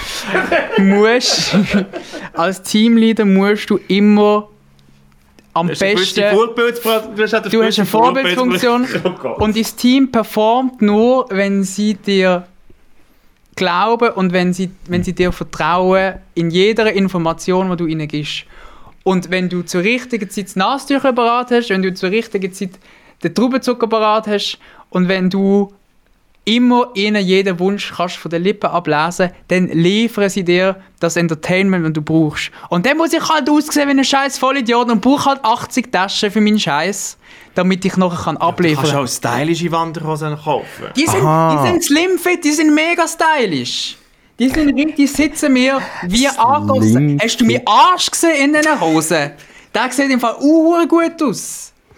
musst, als Teamleader musst du immer am Du hast eine besten... gewisse Vorbildfunktion. Du hast, halt Du hast eine Vorbildfunktion Oh Gott. und dein Team performt nur, wenn sie dir glauben und wenn sie, wenn sie dir vertrauen in jeder Information, die du ihnen gibst. Und wenn du zur richtigen Zeit das Nasentücher parat hast, wenn du zur richtigen Zeit den Traubenzucker parat hast und wenn du immer ihnen jeden Wunsch kannst von den Lippen ablesen, dann liefern sie dir das Entertainment, das du brauchst. Und dann muss ich halt aussehen wie ein scheiß Vollidiot und brauche halt achtzig Taschen für meinen Scheiß, damit ich nachher kann Du abliefern kannst kann. auch stylische Wanderhosen kaufen. Die sind, Aha. die sind slim fit, die sind mega stylisch. Die, sind, richtig- die sitzen mir wie angegossen. Slim Hast du meinen Arsch gesehen in diesen Hosen? Der sieht im Fall uh, gut aus.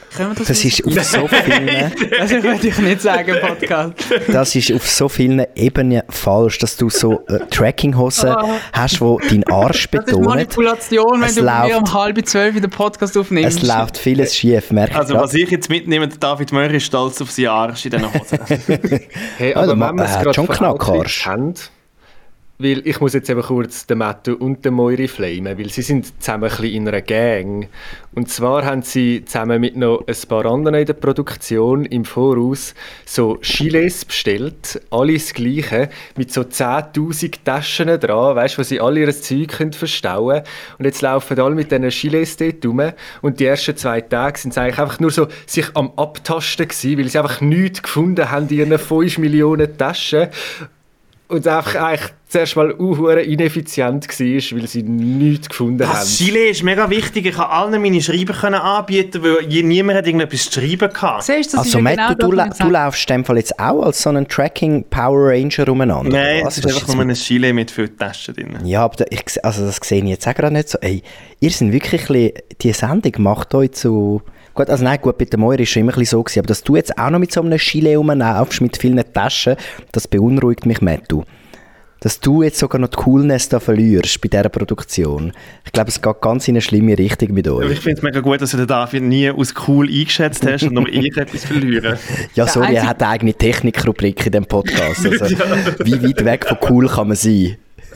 Können wir das Das ist auf so vielen, Das würde ich nicht sagen im Podcast. das ist auf so vielen Ebenen falsch, dass du so äh, Trackinghosen Ah. hast, wo deinen Arsch Das ist betonen. Manipulation, wenn Es du bei mir läuft- um halb zwölf in den Podcast aufnimmst. Es läuft vieles schief, merke Also ich was grad. ich jetzt mitnehme, der David Möhr ist stolz auf seinen Arsch in diesen Hosen. Hey, Also, aber ma- wenn wir es er hat gerade schon von Knackarsch. Outfits haben, weil ich muss jetzt eben kurz den Mattu und den Moiri flamen, weil sie sind zusammen ein bisschen in einer Gang. Und zwar haben sie zusammen mit noch ein paar anderen in der Produktion im Voraus so Gilets bestellt, alles das Gleiche, mit so zehntausend Taschen dran, weißt, wo sie alle ihr Zeug können verstauen können. Und jetzt laufen alle mit diesen Gilets dort rum. Und die ersten zwei Tage sind sie eigentlich einfach nur so sich am Abtasten gewesen, weil sie einfach nichts gefunden haben in ihren fünf Millionen Taschen. Und einfach eigentlich zuerst mal unhure ineffizient war, weil sie nichts gefunden haben. Das Gilet ist mega wichtig. Ich konnte allen meine Schreiber können anbieten, weil je- niemand hat irgendetwas zu schreiben gehabt. Siehst du, das Also ist ja Matt, genau du, du, das, la- was ich du sage. laufst in dem Fall jetzt auch als so ein Tracking Power Ranger umeinander. Nein, Was? es ist Das einfach jetzt nur ein Gilet mit vielen Taschen drin. Ja, aber da, ich, se- also das sehe ich jetzt auch gerade nicht so. Ey, ihr seid wirklich ein bisschen, die Sendung macht euch zu... Gut, also nein, gut, bei der Moira war schon immer ein bisschen so gewesen, aber dass du jetzt auch noch mit so einem Gilet rumlaufst, mit vielen Taschen, das beunruhigt mich, Mattu. Dass du jetzt sogar noch die Coolness da verlierst bei dieser Produktion. Ich glaube, es geht ganz in eine schlimme Richtung mit Aber euch. ich finde es mega gut, dass du den David nie als cool eingeschätzt hast und nur ich etwas verlieren. Ja, sorry, einzige- er hat eine eigene Technikrubrik in diesem Podcast. Also, wie weit weg von cool kann man sein?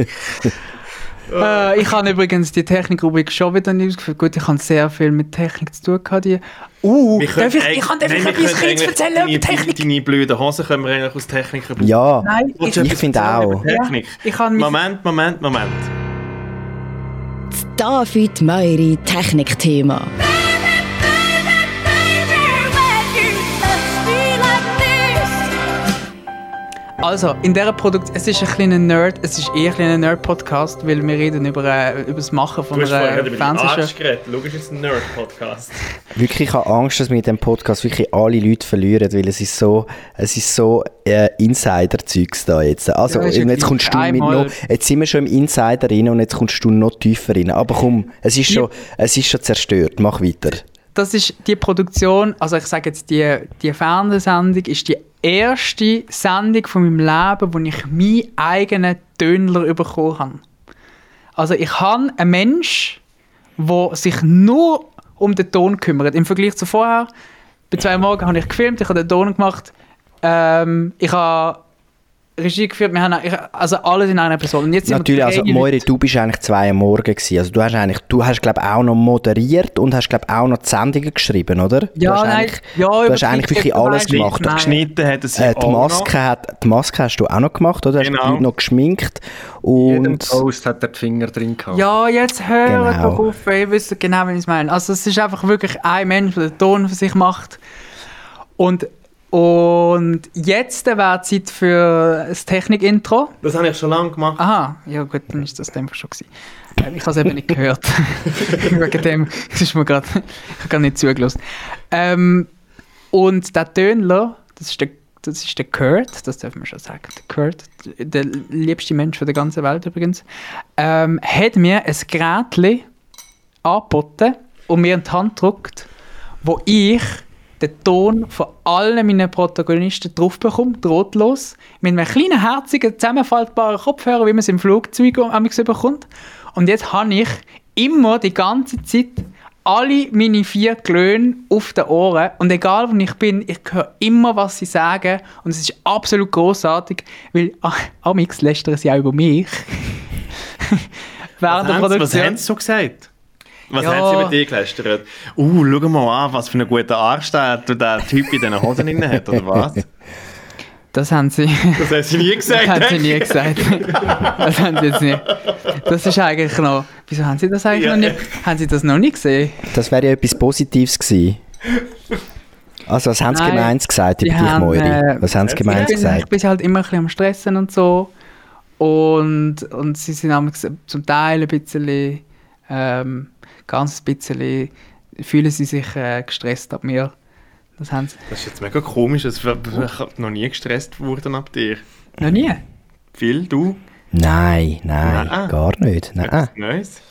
Äh, ich habe übrigens die Technikrubrik schon wieder nicht ausgeführt. Gut, ich habe sehr viel mit Technik zu tun gehabt. Die. Uh, Wir darf können ich, eigentlich- ich kann darf nein, ich wir etwas können Kleines eigentlich erzählen deine, über Technik? Deine blöden Hosen können wir eigentlich aus Technik brauchen. Ja, Nein, Willst du ich, ich etwas finde erzählen auch. über Technik? ich habe mich... Moment, Moment, Moment. David Möiri Technikthema. Also, in dieser Produktion, es ist ein kleiner Nerd, es ist eher ein kleiner Nerd-Podcast, weil wir reden über, äh, über das Machen von Du hast vorher einer gerade über den Fernsehshow. Arsch geredet. Schau, es ist ein Nerd-Podcast. Wirklich, ich habe Angst, dass wir in diesem Podcast wirklich alle Leute verlieren, weil es ist so, es ist so äh, Insider-Zeugs da jetzt. Also, Ja, ist und ja jetzt kommst du mit einmal- noch, jetzt sind wir schon im Insider rein und jetzt kommst du noch tiefer rein. Aber komm, es ist schon, es ist schon zerstört. Mach weiter. Das ist die Produktion, also ich sage jetzt, die, die Fernsehsendung ist die erste Sendung von meinem Leben, wo ich meinen eigenen Tönler bekommen habe. Also ich habe einen Mensch, der sich nur um den Ton kümmert. Im Vergleich zu vorher, bei zwei Morgen habe ich gefilmt, ich habe den Ton gemacht, ähm, ich habe Regie geführt, wir haben ich, also alles in einer Person. Und jetzt sind Natürlich, wir also drei Moiri, Leute. du bist eigentlich zwei am Morgen gewesen. Also du hast eigentlich, du hast glaube auch noch moderiert und hast glaube auch noch die Sendungen geschrieben, oder? Du Ja, hast nein, eigentlich, ja, du hast übertrieben, eigentlich wirklich du alles meinst, gemacht. nein. Geschnitten hat es ja Äh, die, auch Maske noch. hat, die Maske hast du auch noch gemacht, oder? Hast Genau. die Leute noch geschminkt Jeden und Post hat er die Finger drin gehabt. Ja, jetzt hört Genau. doch auf, ihr wisst genau, was ich meine. Also es ist einfach wirklich ein Mensch, der den Ton für sich macht. Und, und jetzt wäre Zeit für das Technik-Intro. Das habe ich schon lange gemacht. Aha, ja gut, dann ist das in dem Fall schon gewesen. Ähm, Ich habe es eben nicht gehört. Wegen dem, das ist mir gerade, ich habe gar nicht zugelassen. Ähm, und der Tönler, das ist der, das ist der Kurt, das dürfen wir schon sagen, der Kurt, der liebste Mensch der ganzen Welt übrigens, ähm, hat mir ein Gerät angeboten und mir in die Hand gedrückt, wo ich den Ton von allen meinen Protagonisten drauf bekomme, drahtlos, mit einem kleinen, herzigen, zusammenfaltbaren Kopfhörer, wie man es im Flugzeug manchmal bekommt. Und jetzt habe ich immer die ganze Zeit alle meine vier Klöne auf den Ohren. Und egal, wo ich bin, ich höre immer, was sie sagen. Und es ist absolut grossartig, weil ah, amix lästern sie auch über mich. Während der Was haben sie- was Produktion. haben sie so gesagt? Was Ja. haben sie über dich gelästert? Uh, schau mal an, was für einen guten Arsch der, der Typ in diesen Hosen drin hat, oder was? Das haben sie, Das haben sie nie gesagt. das haben sie nie gesagt. Das haben sie jetzt nicht. Das ist eigentlich noch... Wieso haben sie das eigentlich Ja. noch nicht... Haben sie das noch nicht gesehen? das wäre ja etwas Positives gewesen. Also was haben sie Nein, gemeint gesagt die über dich, haben, Moiri? äh, Was haben sie ich gemeint ich bin, ich gesagt? bin halt immer ein bisschen am Stressen und so. Und, und sie sind auch zum Teil ein bisschen... Ähm, ganz ein bisschen... Fühlen sie sich äh, gestresst ab mir. Das haben sie Das ist jetzt mega komisch, das- ich habe noch nie gestresst worden ab dir. noch nie. Phil, du? Nein, nein, Nein. gar nicht. Nein. Etwas Neues?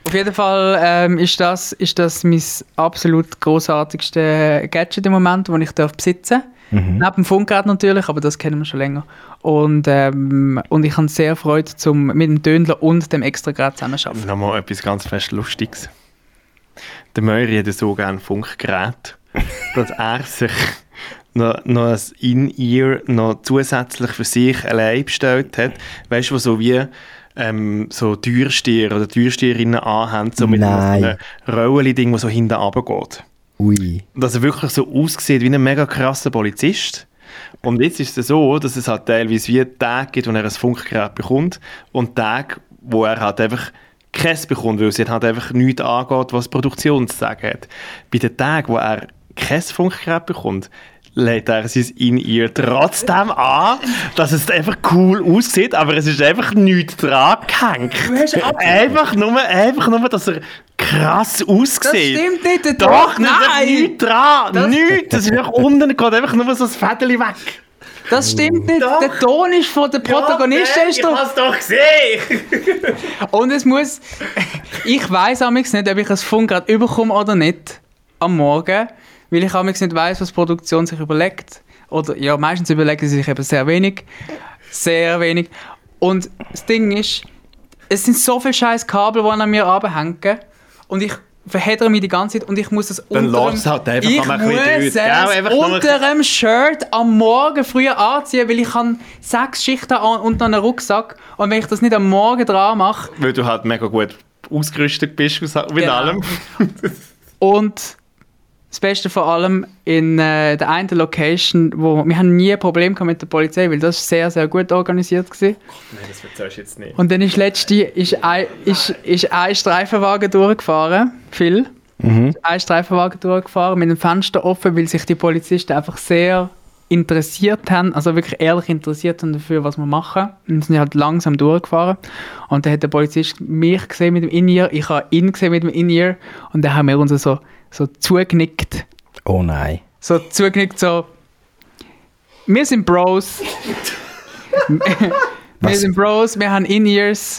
Auf jeden Fall ähm, ist, das, ist das mein absolut grossartigste Gadget im Moment, das ich darf besitzen darf. Mhm. Neben dem Funkgerät natürlich, aber das kennen wir schon länger. Und, ähm, und ich habe sehr Freude, zum, mit dem Tönler und dem Extragerät zusammenzuarbeiten. Nochmal etwas ganz fest Lustiges. Der Möri hat so gerne Funkgerät, dass er sich noch, noch ein In-Ear noch zusätzlich für sich allein bestellt hat. Weißt du, wo so wie ähm, so Türsteher oder Türsteherinnen anhaben, so mit einem Rollen-Ding, das so hinten runtergeht. Ui. Dass er wirklich so aussieht wie ein mega krasser Polizist. Und jetzt ist es so, dass es halt teilweise wie Tage gibt, wo er ein Funkgerät bekommt und Tage, wo er halt einfach keins bekommt, weil es halt einfach nichts angeht, was die Produktion zu sagen hat. Bei den Tagen, wo er kein Funkgerät bekommt, lädt er sein In-Ear trotzdem an, dass es einfach cool aussieht, aber es ist einfach nichts dran gehängt. Einfach nur, einfach nur, dass er krass aussieht. Das stimmt nicht. Der Doch, nein. da ist nichts dran. Das nichts. Das ist einfach unten, geht einfach nur so ein Fädeli weg. Das stimmt nicht. Doch. Der Ton ist von der Protagonistin. Ja, ich hab's doch gesehen. Und es muss... Ich weiss amigs nicht, ob ich ein Funkgerät überkomme oder nicht am Morgen, weil ich amigs nicht weiss, was die Produktion sich überlegt. Oder ja, meistens überlegen sie sich eben sehr wenig. Sehr wenig. Und das Ding ist, es sind so viele scheiß Kabel, die an mir runterhängen. Und ich verheddere mich die ganze Zeit und ich muss das Dann unter dem, halt einfach ich mal ein muss bisschen es durch. Einfach unter dem Shirt am Morgen früher anziehen, weil ich habe sechs Schichten an und noch einen Rucksack. Und wenn ich das nicht am Morgen dran mache... Weil du halt mega gut ausgerüstet bist mit genau. allem. Und das Beste vor allem in äh, der einen Location, wo wir haben nie ein Problem gehabt mit der Polizei, weil das sehr, sehr gut organisiert war. Nein, das erzählst du jetzt nicht. Und dann ist letzte ist ein, ist, ist ein Streifenwagen durchgefahren, Phil. Mhm. Ein Streifenwagen durchgefahren mit dem Fenster offen, weil sich die Polizisten einfach sehr interessiert haben, also wirklich ehrlich interessiert haben dafür, was wir machen. Und sind halt langsam durchgefahren. Und dann hat der Polizist mich gesehen mit dem In-Ear, ich habe ihn gesehen mit dem In-Ear und dann haben wir uns so, so zugenickt. Oh nein. So zugenickt, so wir sind Bros. wir sind Bros, wir haben In-Ears.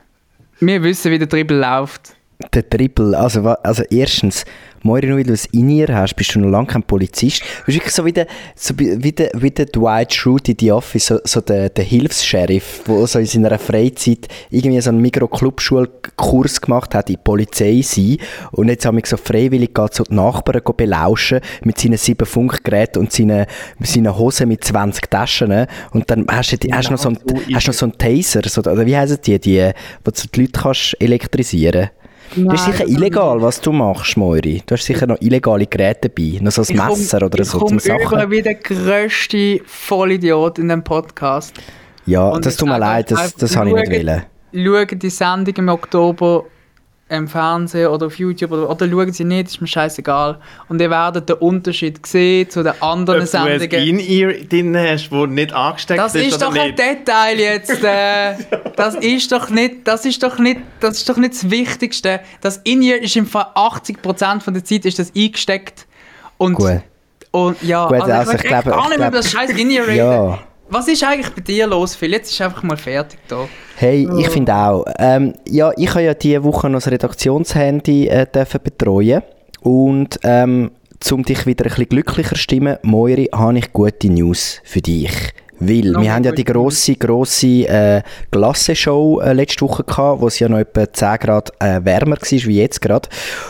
Wir wissen, wie der Dribble läuft. Der Triple, also, also erstens, Moira, nur weil du ein In-Ear hast, bist du noch lange kein Polizist. Du bist wirklich so wie der, so wie der, wie der Dwight Schrute in The Office, so, so der, der Hilfs-Sheriff, der so in seiner Freizeit irgendwie so einen Mikro-Clubschulkurs gemacht hat, in Polizei sein. Und jetzt haben wir so freiwillig geht so die Nachbarn belauschen mit seinen sieben Funkgeräten und seinen, seinen Hosen mit zwanzig Taschen. Und dann hast du, hast du noch, so einen, hast noch so einen Taser, so, oder wie heissen die, die, wo du die Leute kannst elektrisieren kannst. Nein, das ist sicher das illegal, was du machst, Moiri. Du hast sicher noch illegale Geräte dabei. Noch so ein Messer komm, oder so zum Sachen. Ich komme über wie der grösste Vollidiot in diesem Podcast. Ja, und das tut mir leid, das, das habe ich nicht wollen. Schauen die Sendung im Oktober im Fernsehen oder auf YouTube oder, oder schauen sie nicht, ist mir scheißegal. Und ihr werdet den Unterschied sehen zu den anderen Ob Sendungen. Ob du ein In-Ear drin hast, das nicht angesteckt das ist, ist oder doch nicht? ein Detail jetzt. Äh, das ist doch nicht, das ist doch nicht, das ist doch nicht das Wichtigste. Das In-Ear ist im Fall achtzig Prozent von der Zeit ist das eingesteckt. Und, Gut. Und ja, Gut, also, also ich, ich ich glaube, gar nicht ich mehr glaube, das scheiß In-Ear reden. Ja. Was ist eigentlich bei dir los, Phil? Jetzt ist einfach mal fertig da. Hey, ich finde auch. Ähm, ja, ich habe ja diese Woche noch das Redaktionshandy äh, dürfen betreuen. Und ähm, um dich wieder ein bisschen glücklicher zu stimmen, Moiri, habe ich gute News für dich. Weil No, wir haben ja die grosse, grosse äh, Glasse-Show äh, letzte Woche gehabt, wo es ja noch etwa zehn Grad äh, wärmer war wie jetzt gerade.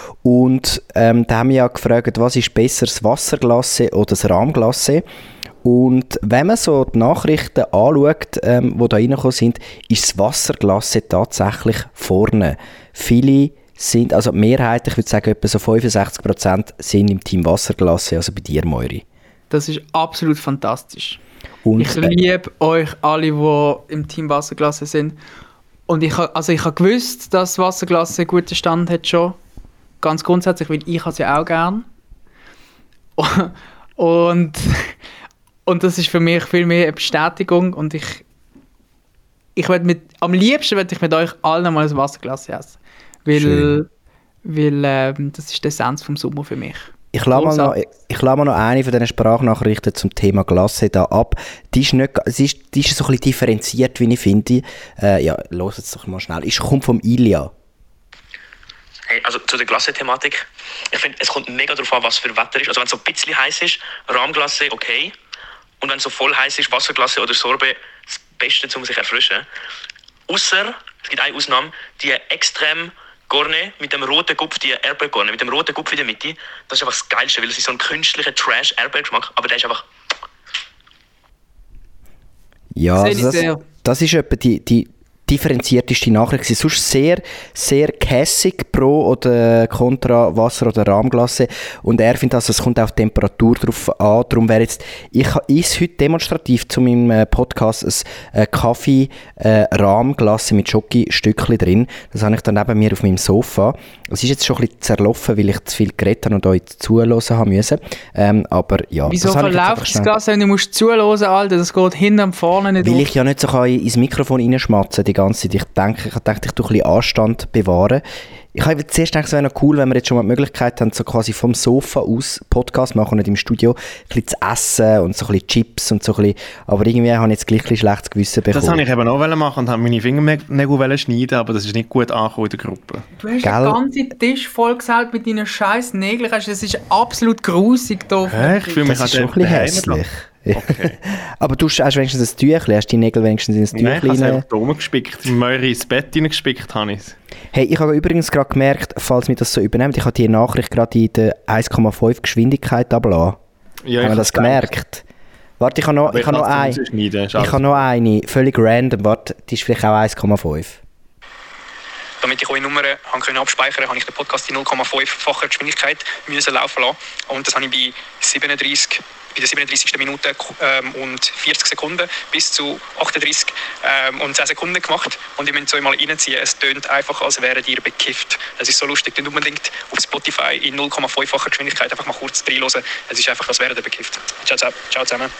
Und ähm, da haben wir ja gefragt, was ist besser, das Wasserglasse oder das Rahmglasse? Und wenn man so die Nachrichten anschaut, ähm, die da reingekommen sind, ist das Wasserglasse tatsächlich vorne. Viele sind, also die Mehrheit, ich würde sagen etwa so fünfundsechzig Prozent sind im Team Wasserglasse, also bei dir, Moiri. Das ist absolut fantastisch. Und, ich liebe äh, euch alle, die im Team Wasserglasse sind. Und ich habe also ich ha gewusst, dass Wasserglasse einen guten Stand hat schon. Ganz grundsätzlich, weil ich es ja auch gern. Und... Und das ist für mich viel mehr eine Bestätigung und ich, ich mit, am liebsten würde ich mit euch allen mal ein Wasserglas essen. Weil, weil ähm, das ist die Essenz vom Sommer für mich. Ich lade mal, noch, ich lade mal noch eine von diesen Sprachnachrichten zum Thema Glasse da ab. Die ist, nicht, die ist, die ist so ein bisschen differenziert, wie ich finde. Äh, ja, los jetzt doch mal schnell. Ich komme vom Ilja. also zu der Glasse-Thematik. Ich finde, es kommt mega darauf an, was für Wetter ist. Also wenn es so ein bisschen heiß ist, Rahmglasse okay. Und wenn es so voll heiß ist, Wasserglasse oder Sorbet, das Beste, um sich erfrischen. Ausser, es gibt eine Ausnahme, die extrem Gourmet mit dem roten Gupf, die Erdbeergourmet mit dem roten Gupf in der Mitte. Das ist einfach das Geilste, weil es ist so ein künstlicher Trash-Erdbeergeschmack, aber der ist einfach... Ja, also das, das ist etwa die, die differenzierteste Nachricht gewesen. Sonst sehr, sehr kässig pro oder contra Wasser- oder Rahmglasse. Und er findet, also, es kommt auf die Temperatur drauf an. Darum wäre jetzt, ich esse heute demonstrativ zu meinem Podcast ein äh, Kaffee äh, Rahmglasse mit Schokostückchen drin. Das habe ich dann neben mir auf meinem Sofa. Es ist jetzt schon ein bisschen zerlaufen, weil ich zu viel geredet habe und euch zuhören haben müssen. Ähm, aber ja. Wieso verläuft das Glas, wenn du musst zuhören, Alter? Das geht hinten und vorne nicht. Weil durch. Ich ja nicht so kann ins Mikrofon reinschmatzen die ganze Zeit. Ich denke, ich dachte, ich tue ein bisschen Anstand bewahren. Ich habe zuerst gedacht, es wäre noch cool, wenn wir jetzt schon mal die Möglichkeit haben, so quasi vom Sofa aus Podcast machen, nicht im Studio, ein bisschen zu essen und so ein bisschen Chips und so ein bisschen. Aber irgendwie habe ich jetzt gleich ein bisschen schlechtes Gewissen bekommen. Das wollte ich eben auch machen und habe meine Fingernägel schneiden, aber das ist nicht gut angekommen in der Gruppe. Du hast Gell? Den ganzen Tisch vollgesaut mit deinen scheiß Nägeln. Das ist absolut grusig da. Hä? Ich fühle mich das ist schon ein bisschen hässlich. Okay. Aber du hast wenigstens ein Tüchlein, hast die Nägel wenigstens in ein Tüchlein? Nein, ich habe es einfach da rumgespickt, in Möhre ins Bett hineingespickt habe ich es. Hey, ich habe übrigens gerade gemerkt, falls mir das so übernimmt, ich habe die Nachricht gerade in der eins Komma fünf Geschwindigkeit abgelassen. Ja, haben wir das gemerkt? Gedacht. Warte, ich habe noch, ich habe noch, ein, ich habe noch eine, völlig random, warte, die ist vielleicht auch eins Komma fünf. Damit ich eure Nummern abspeichern konnte, habe ich den Podcast in null Komma fünf-facher Geschwindigkeit müssen laufen lassen. Und das habe ich bei siebenunddreißig bei der siebenunddreißigsten Minute ähm, und vierzig Sekunden bis zu achtunddreißig ähm, und zehn Sekunden gemacht. Und ihr müsst euch mal reinziehen. Es tönt einfach, als wäret ihr bekifft. Es ist so lustig. Nicht unbedingt auf Spotify in null Komma fünf-facher Geschwindigkeit einfach mal kurz reinhören. Es ist einfach, als wäret ihr bekifft. Ciao, ciao, ciao zusammen.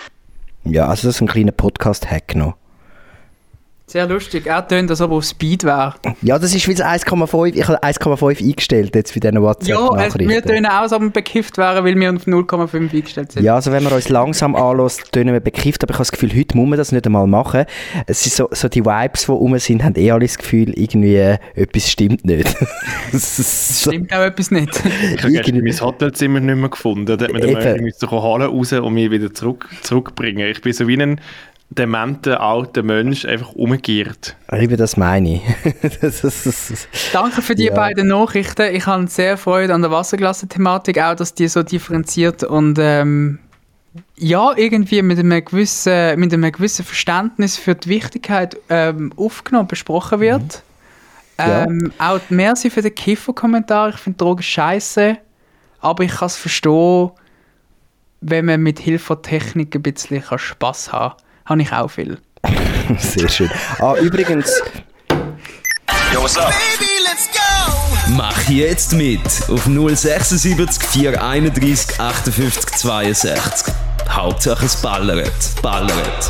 Ja, also das ist ein kleiner Podcast-Hack noch. Sehr lustig. Er tönt, als ob er auf Speed wäre. Ja, das ist wie das eins Komma fünf. Ich habe eins Komma fünf eingestellt jetzt für diese WhatsApp-Nachrichten. Ja, wir tönen auch, als ob wir bekifft wären, weil wir auf null Komma fünf eingestellt sind. Ja, also wenn man uns langsam anlässt, tönen wir bekifft. Aber ich habe das Gefühl, heute muss man das nicht einmal machen. Es ist so, so die Vibes, die rum sind, haben eh alle das Gefühl, irgendwie äh, etwas stimmt nicht. so. Stimmt auch etwas nicht. Ich habe gestern mein Hotelzimmer nicht mehr gefunden. Da hat man den müssen holen raus und mich wieder zurück, zurückbringen. Ich bin so wie ein dementen alten Mensch einfach umgekehrt. Eben, das meine ich. das, das, das. Danke für die ja. beiden Nachrichten. Ich habe sehr Freude an der Wasserglasse-Thematik, auch, dass die so differenziert und ähm, ja, irgendwie mit einem gewissen, mit einem gewissen Verständnis für die Wichtigkeit ähm, aufgenommen, besprochen wird. Mhm. Ja. Ähm, auch merci für den Kiffer-Kommentar. Ich finde Drogen scheiße, aber ich kann es verstehen, wenn man mit Hilfe von Technik ein bisschen Spass haben kann. Habe ich auch viel. Sehr schön. Ah, übrigens... Yo, what's up? Baby, let's go! Mach jetzt mit auf null sechsundsiebzig vier einunddreißig achtundfünfzig zweiundsechzig. Hauptsache es ballert. Ballert.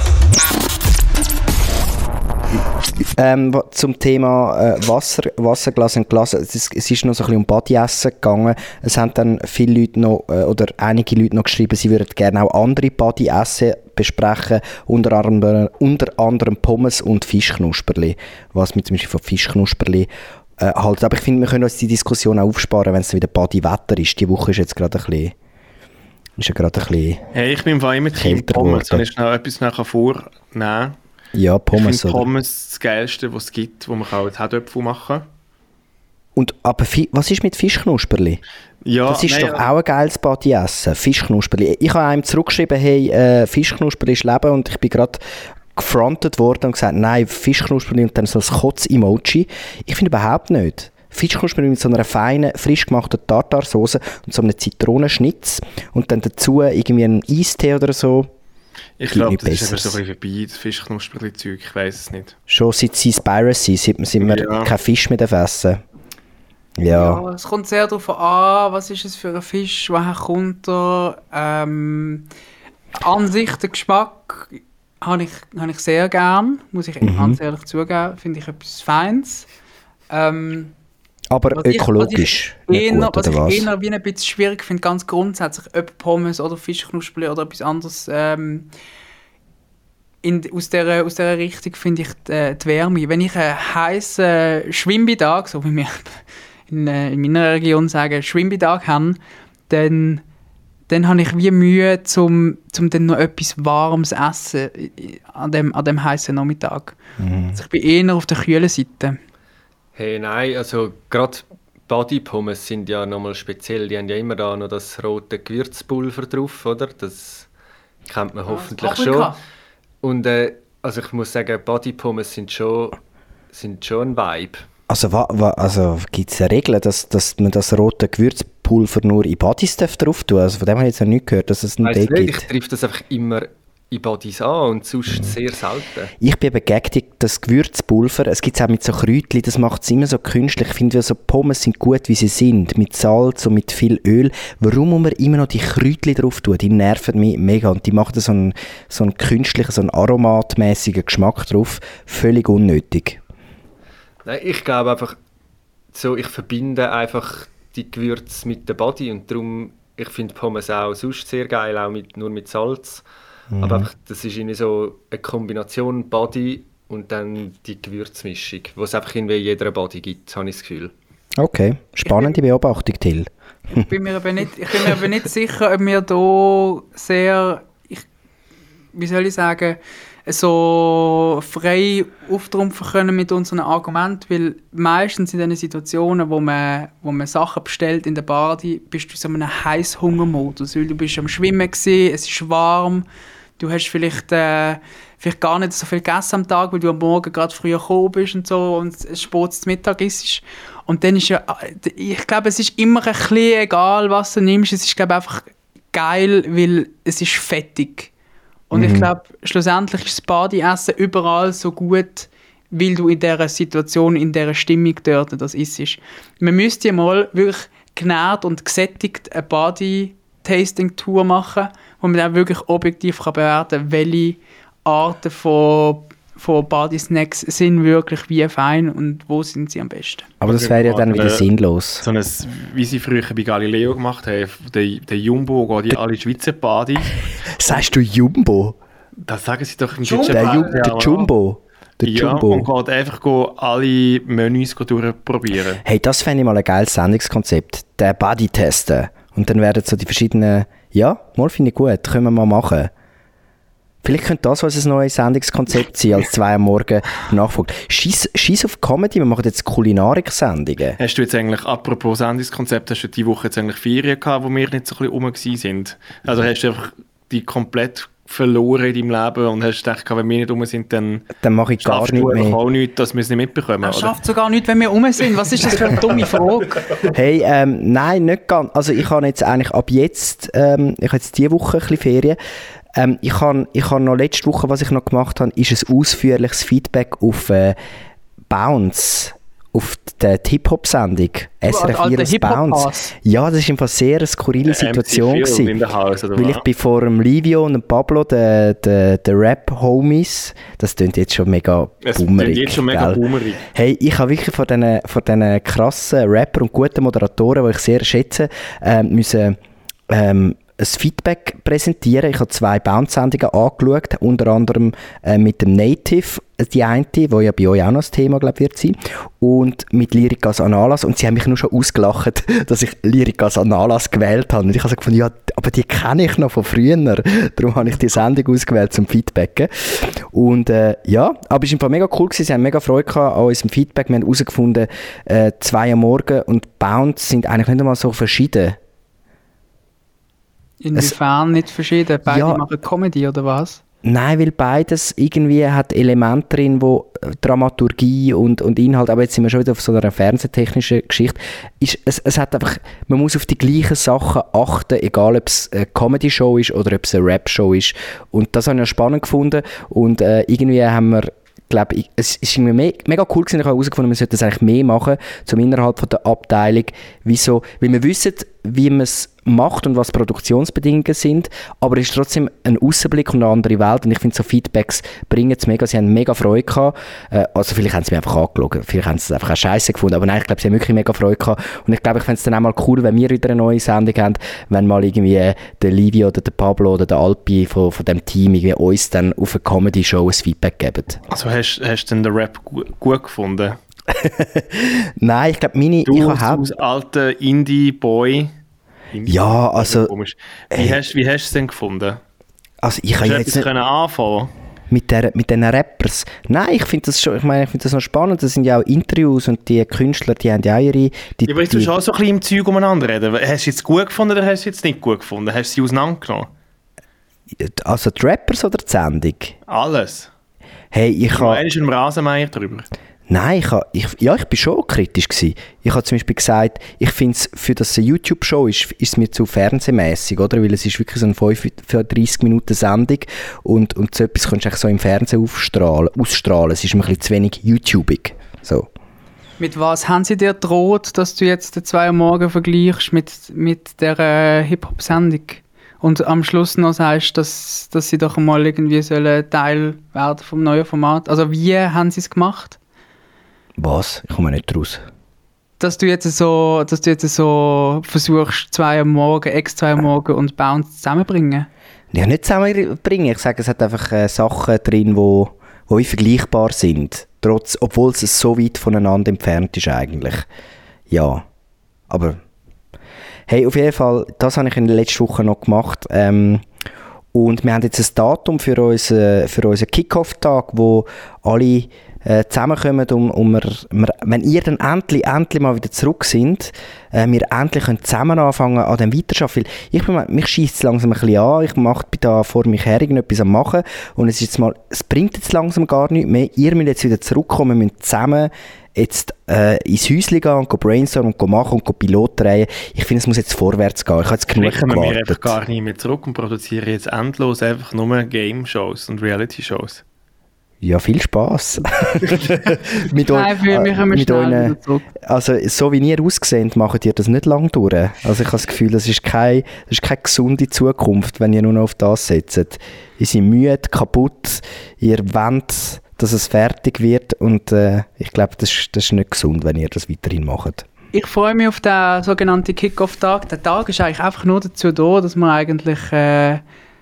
Ähm, zum Thema äh, Wasser, Wasserglas und Glas, es ist, es ist noch so ein bisschen um Bodyessen gegangen. Es haben dann viele Leute noch, äh, oder einige Leute noch geschrieben, sie würden gerne auch andere Bodyessen besprechen, unter anderem, unter anderem Pommes und Fischknusperli, was mit zum Beispiel von Fischknusperli äh, haltet. Aber ich finde, wir können uns die Diskussion auch aufsparen, wenn es wieder Bodywetter ist. Die Woche ist jetzt gerade ein bisschen... Ist ja gerade ein bisschen hey, ich bin vor allem mit Team Pommes. Soll ich noch etwas nachher vornehmen? Ja, Pommes. Ich finde Pommes das Geilste, was es gibt, wo man auch Herdöpfel machen kann. Und, aber was ist mit Fischknusperli? Ja, das ist nein, doch ja. auch ein geiles Bodyessen, Fischknusperli. Ich habe einem zurückgeschrieben, hey, äh, Fischknusperli ist Leben, und ich bin gerade gefrontet worden und gesagt, nein, Fischknusperli und dann so ein Kotz-Emoji. Ich finde überhaupt nicht. Fischknusperli mit so einer feinen, frisch gemachten Tartarsauce und so einem Zitronenschnitz und dann dazu irgendwie einen Eistee oder so. Ich glaube, das ist aber so ein bisschen vorbei, das Fischknusperli-Zeug, ich weiss es nicht. Schon seit Seaspiracy sind, sind wir ja. kein Fisch mehr essen. Ja. ja. Es kommt sehr darauf an, was ist es für ein Fisch, woher kommt er. Ähm, an sich, den Geschmack habe ich, hab ich sehr gern, muss ich mhm. ganz ehrlich zugeben, finde ich etwas Feines. Ähm, aber was ökologisch. Ich, was ich, eher, was was ich eher wie ein bisschen schwierig finde, ganz grundsätzlich, ob Pommes oder Fischknusperli oder etwas anderes, ähm, in, aus dieser aus der Richtung finde ich die, die Wärme. Wenn ich einen heißen Schwimmbad, so wie wir in, äh, in meiner Region sagen, Schwimmbadtag haben, dann, dann habe ich wie Mühe, um zum dann noch etwas Warmes zu essen an dem, an dem heißen Nachmittag. Mhm. Also ich bin eher auf der kühlen Seite. Hey, nein, also gerade Bodypommes sind ja nochmal speziell. Die haben ja immer da noch das rote Gewürzpulver drauf, oder? Das kennt man ja, hoffentlich schon. Und äh, also ich muss sagen, Bodypommes sind schon, sind schon ein Vibe. Also, wa, wa, also gibt es eine Regel, dass, dass man das rote Gewürzpulver nur in Bodies drauf tun? Also von dem habe ich jetzt noch nicht gehört, dass es einen Tee gibt. Ich treffe das einfach immer in Bodies an und sonst mhm. sehr selten. Ich bin eben gegen das Gewürzpulver. Es gibt es auch mit so Kräutchen, das macht es immer so künstlich. Ich finde, so Pommes sind gut, wie sie sind, mit Salz und mit viel Öl. Warum muss man immer noch die Kräutchen drauf tun? Die nerven mich mega und die machen so einen, so einen künstlichen, so einen aromatmäßigen Geschmack drauf. Völlig unnötig. Nein, ich glaube einfach, so, ich verbinde einfach die Gewürze mit dem Body und darum, ich finde Pommes auch sonst sehr geil, auch mit, nur mit Salz. Mhm. Aber einfach, das ist irgendwie so eine Kombination Body und dann die Gewürzmischung, die es einfach in jeder Body gibt, habe ich das Gefühl. Okay, spannende Beobachtung, Till. Ich bin mir aber nicht, ich bin mir aber nicht sicher, ob wir da sehr, ich, wie soll ich sagen, so frei auftrumpfen können mit unseren Argumenten, weil meistens in diesen Situationen, wo man, wo man Sachen bestellt in der Party, bist du in so einem Heißhungermodus, weil du bist am Schwimmen gewesen, es ist warm, du hast vielleicht, äh, vielleicht gar nicht so viel gegessen am Tag, weil du am Morgen gerade früher gekommen bist und so und es spät zum Mittag isst. Und dann ist ja, ich glaube, es ist immer ein bisschen egal, was du nimmst, es ist, glaube ich, einfach geil, weil es ist fettig. Und mhm. ich glaube, schlussendlich ist das Body-Essen überall so gut, weil du in dieser Situation, in dieser Stimmung dort das isst. Man müsste ja mal wirklich genährt und gesättigt eine Body-Tasting-Tour machen, wo man dann wirklich objektiv kann bewerten kann, welche Arten von, von Body-Snacks sind wirklich wie fein und wo sind sie am besten. Aber das wäre ja dann wieder sinnlos. So ein, wie sie früher bei Galileo gemacht haben, der, der Jumbo geht in alle Schweizer Body. Sagst du Jumbo? Das sagen sie doch im Jumbo. Der, Ju- der Jumbo. Der ja, Jumbo. und geht einfach go alle Menüs durchprobieren. Hey, das fände ich mal ein geiles Sendungskonzept. Der Body testen. Und dann werden so die verschiedenen... Ja, mal finde ich gut. Können wir mal machen. Vielleicht könnte das unser neues Sendungskonzept sein, als zwei am Morgen nachfolgt. Scheiß auf Comedy, wir machen jetzt Kulinarik-Sendungen. Hast du jetzt eigentlich, apropos Sendungskonzept, hast du diese Woche jetzt eigentlich Ferien gehabt, wo wir nicht so ein bisschen rum gewesen sind? Also hast du einfach die komplett verloren in deinem Leben und hast gedacht, wenn wir nicht rum sind, dann, dann mache ich gar nicht mehr. Auch nichts, dass wir es nicht mitbekommen. Er schafft sogar nichts, wenn wir rum sind. Was ist das für eine dumme Frage? Hey, ähm, nein, nicht ganz. Also ich habe jetzt eigentlich ab jetzt, ähm, ich habe jetzt diese Woche ein bisschen Ferien. Ähm, ich habe ich hab noch letzte Woche, was ich noch gemacht habe, ist ein ausführliches Feedback auf äh, Bounce, auf der Hip-Hop-Sendung S R F vier Bounce. Ja, das war einfach sehr eine skurrile Situation. M C in Haus, weil ich bin vor dem Livio und dem Pablo, den de, de Rap-Homies, das klingt jetzt schon mega es boomerig. jetzt schon mega boomerig. Hey, ich habe wirklich von diesen von diesen krassen Rapper und guten Moderatoren, die ich sehr schätze, äh, müssen ähm, ein Feedback präsentieren. Ich habe zwei Bounce-Sendungen angeschaut, unter anderem äh, mit dem Native, die eine, die ja bei euch auch noch das Thema glaub, wird sein, und mit Lyrikas Analas. Und sie haben mich nur schon ausgelacht, dass ich Lyrikas Analas gewählt habe. Und ich habe so gefunden, ja, aber die kenne ich noch von früher. Darum habe ich die Sendung ausgewählt zum Feedbacken. Und äh, ja, aber es war einfach mega cool gewesen. Sie haben mega Freude gehabt an unserem Feedback. Wir haben herausgefunden, äh, zwei am Morgen und Bounce sind eigentlich nicht einmal so verschieden. Inwiefern es, nicht verschieden? Beide ja, machen Comedy, oder was? Nein, weil beides irgendwie hat Elemente drin, wo Dramaturgie und, und Inhalt, aber jetzt sind wir schon wieder auf so einer fernsehtechnischen Geschichte, ist, es, es hat einfach, man muss auf die gleichen Sachen achten, egal ob es eine Comedy-Show ist oder ob es eine Rap-Show ist. Und das habe ich spannend gefunden und äh, irgendwie haben wir, glaube ich, es ist irgendwie me- mega cool gewesen, ich habe herausgefunden, man sollte das eigentlich mehr machen, zum innerhalb von der Abteilung, wieso, weil wir wissen, wie man es macht und was Produktionsbedingungen sind, aber es ist trotzdem ein Aussenblick und eine andere Welt und ich finde, so Feedbacks bringen es mega, sie haben mega Freude gehabt, äh, also vielleicht haben sie mich einfach angeschaut, vielleicht haben sie es einfach auch scheisse gefunden, aber nein, ich glaube, sie haben wirklich mega Freude gehabt und ich glaube, ich fände es dann auch mal cool, wenn wir wieder eine neue Sendung haben, wenn mal irgendwie äh, der Livio oder der Pablo oder der Alpi von, von dem Team irgendwie uns dann auf eine Comedy-Show ein Feedback geben. Also hast, hast du denn den Rap gu- gut gefunden? Nein, ich glaube, meine... Du ich als, hab, als alter Indie-Boy. Indie ja, also... Wie, äh, hast, wie hast du es denn gefunden? Also ich kann hast du jetzt etwas nicht... anfangen Mit, der, mit diesen Rappers. Nein, ich finde das schon, ich meine, ich finde das noch spannend. Das sind ja auch Interviews und die Künstler, die haben ja ihre... Die, ja, aber jetzt die, musst du auch so ein bisschen im Zeug umeinander reden. Hast du es jetzt gut gefunden oder hast du es jetzt nicht gut gefunden? Hast du sie auseinandergenommen? Also die Rappers oder die Sendung? Alles. Hey, ich habe... Du im Rasenmeier drüber. Nein, ich habe, ich, ja, ich bin schon kritisch gewesen. Ich habe zum Beispiel gesagt, ich finde es, für das eine YouTube-Show ist, ist es mir zu fernsehmässig, oder? Weil es ist wirklich so eine fünfunddreißig Minuten Sendung und, und so etwas kannst du so im Fernsehen aufstrahlen, ausstrahlen. Es ist mir ein bisschen zu wenig YouTubig. So. Mit was haben sie dir gedroht, dass du jetzt den zwei Uhr morgen vergleichst mit, mit der äh, Hip-Hop-Sendung? Und am Schluss noch sagst, dass, dass sie doch mal irgendwie sollen Teil werden vom neuen Format. Also wie haben sie es gemacht? Was? Ich komme nicht raus. Dass du jetzt so, dass du jetzt so versuchst, zwei am Morgen, Ex zwei am Morgen und Bounce zusammenbringen? Ja, nicht zusammenbringen. Ich sage, es hat einfach äh, Sachen drin, wo, wo vergleichbar sind. Trotz, obwohl es so weit voneinander entfernt ist eigentlich. Ja, aber... Hey, auf jeden Fall, das habe ich in der letzten Woche noch gemacht. Ähm, und wir haben jetzt ein Datum für, uns, äh, für unseren Kick-Off-Tag, wo alle... Äh, zusammenkommen, um, um wir, wir, wenn ihr dann endlich, endlich mal wieder zurück sind, äh, wir endlich können zusammen anfangen an dem Weiterschaffen. Ich bin, mich scheisst es langsam ein bisschen an, ich mach, bin da vor mich her irgendetwas am machen und es ist jetzt mal, es bringt jetzt langsam gar nichts mehr. Ihr müsst jetzt wieder zurückkommen, wir müssen zusammen jetzt äh, ins Häuschen gehen und brainstormen und machen und Pilot drehen. Ich finde, es muss jetzt vorwärts gehen. Ich habe jetzt genug gewartet. Wir einfach gewartet. gar nicht mehr zurück und produzieren jetzt endlos einfach nur Game-Shows und Reality-Shows. Ja, viel Spass. mit Nein, für mich haben wir mit schnell euren, wieder zurück. Also, so wie ihr ausseht, macht ihr das nicht lang durch. Also, ich habe das Gefühl, das ist keine, das ist keine gesunde Zukunft, wenn ihr nur noch auf das setzt. Ihr seid müde, kaputt, ihr wollt, dass es fertig wird und äh, ich glaube, das, das ist nicht gesund, wenn ihr das weiterhin macht. Ich freue mich auf den sogenannten Kick-Off-Tag. Der Tag ist eigentlich einfach nur dazu da, dass wir eigentlich... Äh,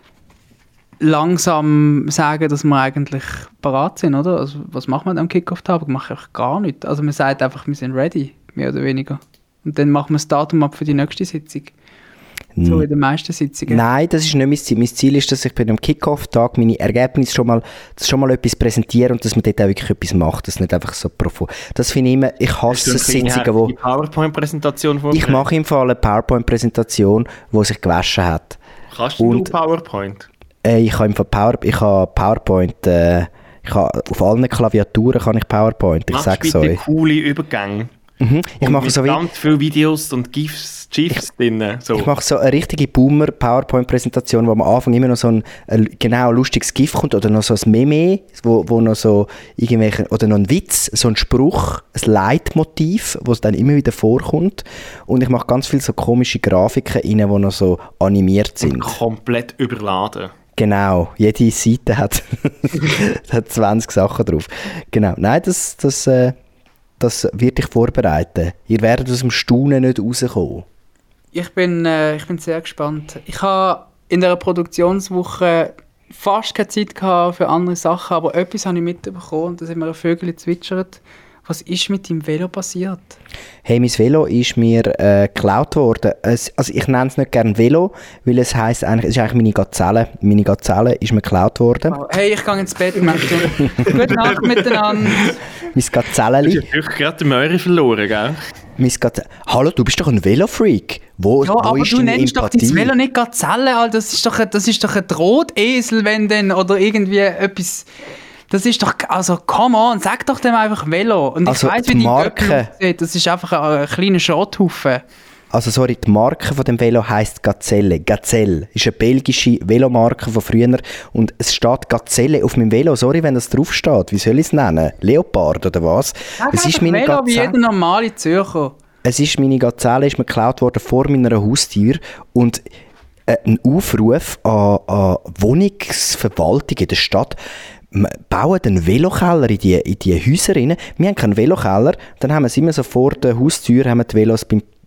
langsam sagen, dass wir eigentlich bereit sind, oder? Also, was machen wir am Kick-Off-Tag? Wir machen einfach gar nichts. Also man sagt einfach, wir sind ready, mehr oder weniger. Und dann machen wir das Datum ab für die nächste Sitzung. So in den meisten Sitzungen. Nein, das ist nicht mein Ziel. Mein Ziel ist, dass ich bei dem Kick-Off-Tag meine Ergebnisse schon mal, schon mal etwas präsentiere und dass man dort auch wirklich etwas macht. Das nicht einfach so pro. Das finde ich immer, ich hasse Sitzungen, wo... Die PowerPoint-Präsentation Ich mache im Fall eine PowerPoint-Präsentation, die sich gewaschen hat. Kannst du und, PowerPoint? Äh, ich habe im Fall Power, ich habe PowerPoint, äh, ich habe, auf allen Klaviaturen kann ich PowerPoint, ich sage es euch. Coole Übergänge. Mhm. Ich und mache mit so wie, ganz viele Videos und GIFs, GIFs drin. So. Ich mache so eine richtige Boomer-PowerPoint-Präsentation, wo am Anfang immer noch so ein, ein genau ein lustiges GIF kommt oder noch so ein Meme, wo, wo noch so irgendwelche, oder noch ein Witz, so ein Spruch, ein Leitmotiv, wo es dann immer wieder vorkommt. Und ich mache ganz viele so komische Grafiken rein, die noch so animiert sind. Und komplett überladen. Genau, jede Seite hat, hat zwanzig Sachen drauf. Genau, nein, das, das, äh, das wird dich vorbereiten. Ihr werdet aus dem Staunen nicht rauskommen. Ich bin, äh, ich bin sehr gespannt. Ich habe in der Produktionswoche fast keine Zeit gehabt für andere Sachen, aber etwas habe ich mitbekommen und da sind mir ein Vögel zwitschert. Was ist mit deinem Velo passiert? Hey, mein Velo ist mir äh, geklaut worden. Es, also ich nenne es nicht gerne Velo, weil es heisst eigentlich, es ist eigentlich meine Gazelle. Meine Gazelle ist mir geklaut worden. Oh, hey, ich gehe ins Bett, Menschen. Gute Nacht miteinander. Mein Gazelleli. Du hast wirklich gerade den Möhre verloren, gell? Mein Gazelle. Hallo, du bist doch ein Velofreak. Wo, ja, wo aber ist du deine nennst Empathie? doch dein Velo nicht Gazelle, Alter. Das ist doch ein, das ist doch ein Drahtesel, wenn denn, oder irgendwie etwas... Das ist doch, also come on, sag doch dem einfach Velo. Und also ich weiss, wie die Marke aussieht. Das ist einfach ein, ein kleiner Schrotthaufen. Also sorry, die Marke von dem Velo heisst Gazelle. Gazelle ist eine belgische Velomarke von früher und es steht Gazelle auf meinem Velo. Sorry, wenn das drauf steht. Wie soll ich es nennen? Leopard oder was? Sag es ist meine Velo Gazelle. Wie jeder normale Zürcher. Es ist meine Gazelle, ist mir geklaut worden vor meiner Haustür und äh, ein Aufruf an, an Wohnungsverwaltung in der Stadt. Wir bauen einen Velokeller in die, in die Häuser rein. Wir haben keinen Velokeller. Dann haben wir es immer so vor der Haustür haben wir die Velos beim,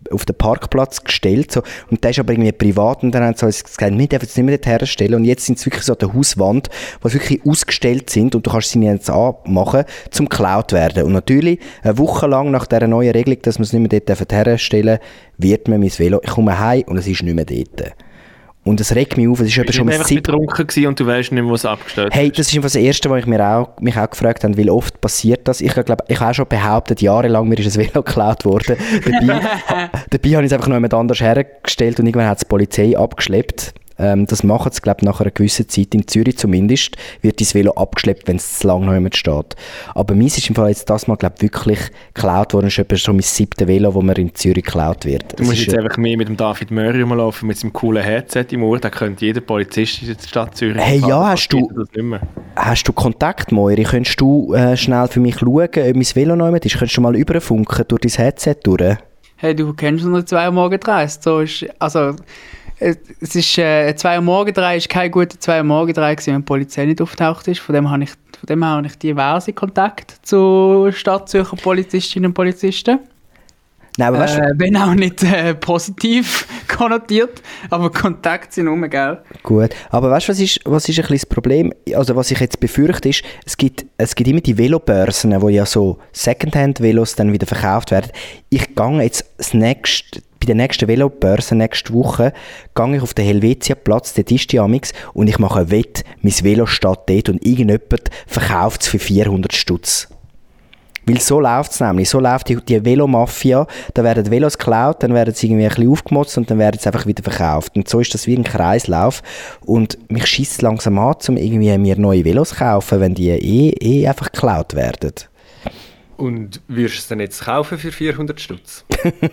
auf den Parkplatz gestellt. So. Und der ist aber irgendwie privat und dann haben sie gesagt, wir dürfen es nicht mehr dort herstellen. Und jetzt sind es wirklich so an der Hauswand, die wirklich ausgestellt sind und du kannst sie jetzt anmachen, zum geklaut werden. Und natürlich, eine Woche lang nach dieser neuen Regelung, dass man es nicht mehr dort herstellen darf, wird mir mein Velo, ich komme heim und es ist nicht mehr dort. Und es regt mich auf, es ist eben schon ein siebte... betrunken gewesen und du weißt nicht mehr, wo es abgestellt ist. Hey, das ist das Erste, was ich mir auch, mich auch gefragt habe, weil oft passiert das. Ich glaube, ich habe auch schon behauptet, jahrelang mir ist ein Velo geklaut worden. dabei, dabei habe ich es einfach noch jemand anders hergestellt und irgendwann hat es die Polizei abgeschleppt. Ähm, das machen sie, glaube ich, nach einer gewissen Zeit. In Zürich zumindest wird das Velo abgeschleppt, wenn es zu lange noch jemand steht. Aber meins ist im Fall jetzt das Mal, glaube ich, wirklich geklaut worden. Das ist etwa schon mein siebtes Velo, das mir in Zürich geklaut wird. Du musst jetzt einfach mehr mit dem David Möri rumlaufen, mit seinem coolen Headset im Ohr. Da könnte jeder Polizist in der Stadt Zürich... Hey, ja, hast du, hast du Kontakt, Moiri? Könntest du äh, schnell für mich schauen, ob mein Velo noch jemand ist? Könntest du mal überfunken durch dein Headset durch? Hey, du kennst noch zwei Uhr morgens reist. So ist, also... Es ist äh, zwei Uhr morgens drei, ist kein guter zwei Uhr morgens drei gewesen, wenn die Polizei nicht auftaucht ist. Von dem habe ich, von dem habe ich diverse Kontakte zu Stadtzürcher Polizistinnen und Polizisten. Nein, aber weißt du, äh, wenn auch nicht äh, positiv konnotiert, aber Kontakte sind rum, gell? Gut, aber weißt du, was ist, was ist ein bisschen das Problem? Also was ich jetzt befürchte ist, es gibt, es gibt immer die Velobörsen, wo ja so Secondhand-Velos dann wieder verkauft werden. Ich gehe jetzt das nächste, bei der nächsten Velobörse nächste Woche, gehe ich auf den Helvetia-Platz, dort ist die Amix, und ich mache ein Wett, mein Velo steht dort und irgendjemand verkauft es für vierhundert Stutz. Weil so läuft es nämlich, so läuft die, die Velomafia, da werden Velos geklaut, dann werden sie irgendwie ein bisschen aufgemotzt und dann werden sie einfach wieder verkauft. Und so ist das wie ein Kreislauf und mich schiesst langsam an, um irgendwie mir neue Velos zu kaufen, wenn die eh, eh einfach geklaut werden. Und wirst du es dann jetzt kaufen für vierhundert Stutz?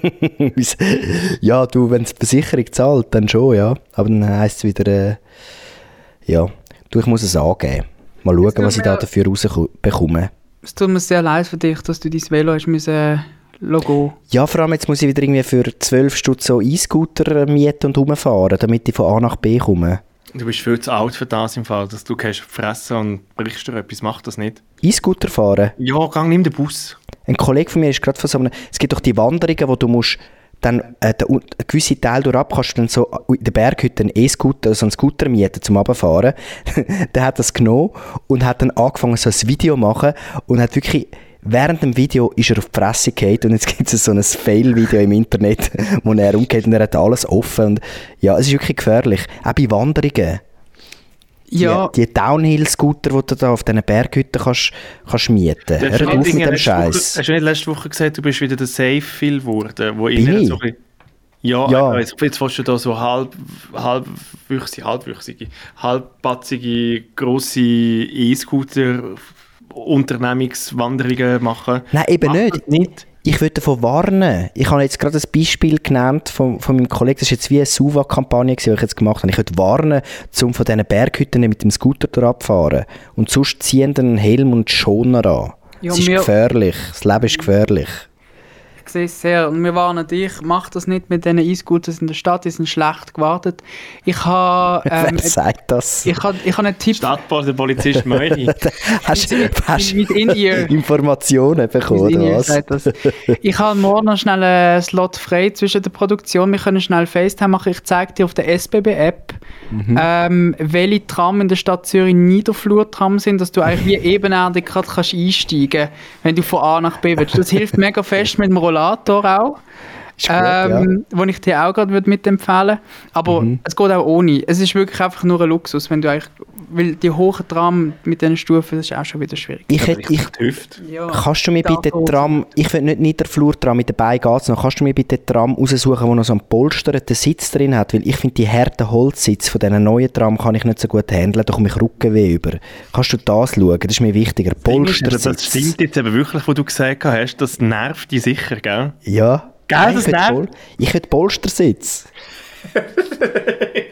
Ja, du, wenn es die Versicherung zahlt, dann schon, ja. Aber dann heisst es wieder, äh, ja, du, ich muss es angeben. Mal schauen, was ich da dafür rausbekomme. Es tut mir sehr leid für dich, dass du dein Velo hast müssen Logo. Ja, vor allem jetzt muss ich wieder irgendwie für zwölf Stutz so E-Scooter mieten und rumfahren, damit ich von A nach B komme. Du bist viel zu alt für das im Fall, dass du kannst fressen und brichst dir etwas. Mach das nicht. E-Scooter fahren? Ja, geh, nimm den Bus. Ein Kollege von mir ist gerade von so einem... Es gibt doch die Wanderungen, wo du musst dann äh, den, einen gewissen Teil durchab kannst du dann so in der Berghütte einen E-Scooter, also einen Scooter mieten zum Runterfahren. Der hat das genommen und hat dann angefangen, so ein Video zu machen und hat wirklich... Während dem Video ist er auf die Fresse gefallen und jetzt gibt es so ein Fail-Video im Internet, wo er umgeht und er hat alles offen. Und ja, es ist wirklich gefährlich. Auch bei Wanderungen. Ja. Die, die Downhill-Scooter, die du da auf diesen Berghütten kannst, kannst mieten. Hör auf mit dem Scheiß. Hast du nicht letzte Woche gesagt, du bist wieder der Safe-Phil geworden? Wo Bin ich? So ein, ja, ja. Jetzt, jetzt fährst du da so halb, halbwüchsige, halbwüchsige, halbbatzige, grosse E-Scooter Unternehmungswanderungen machen. Nein, eben Mach nicht. nicht. Ich würde davon warnen. Ich habe jetzt gerade ein Beispiel genannt von, von meinem Kollegen. Das war jetzt wie eine Suva-Kampagne, die ich jetzt gemacht habe. Ich würde warnen, um von diesen Berghütten mit dem Scooter durchzufahren. Und sonst ziehen dann einen Helm und Schoner an. Ja, es ist gefährlich. Das Leben ist gefährlich. Ich sehe es sehr. Und wir warnen dich, mach das nicht mit diesen E-Scooters in der Stadt, die sind schlecht gewartet. Ich habe... Ähm, Wer sagt das? Ich habe ich ha einen Tipp... Stadtbahn, der Polizist Möri. Hast du in Informationen bekommen, oder was? Ich habe morgen noch schnell einen Slot frei zwischen der Produktion. Wir können schnell FaceTime machen. Ich zeige dir auf der S B B-App, mhm. ähm, welche Tram in der Stadt Zürich Niederflurtram sind, dass du eigentlich wie ebenerdig gerade kannst einsteigen, wenn du von A nach B willst. Das hilft mega fest mit dem Rollator auch, ist gut, ähm, ja. Wo ich dir auch gerade mitempfehlen würde. Aber mhm. es geht auch ohne. Es ist wirklich einfach nur ein Luxus, wenn du eigentlich, weil die hohen Tram mit diesen Stufen, das ist auch schon wieder schwierig. Ich hätte, ich, ja, kannst du mir bitte Tram, ich will nicht Niederflurtram, mit dabei geht's noch, kannst du mir bitte Tram raussuchen, wo noch so einen polsterten Sitz drin hat, weil ich finde die harten Holzsitze von diesen neuen Tram kann ich nicht so gut handeln, da komme ich Rückenweh über. Kannst du das schauen? Das ist mir wichtiger. Polstersitz. Das stimmt jetzt eben wirklich, was du gesagt hast, das nervt dich sicher, gell? Ja. Gell, das nervt? Pol- ich hätte Polstersitz.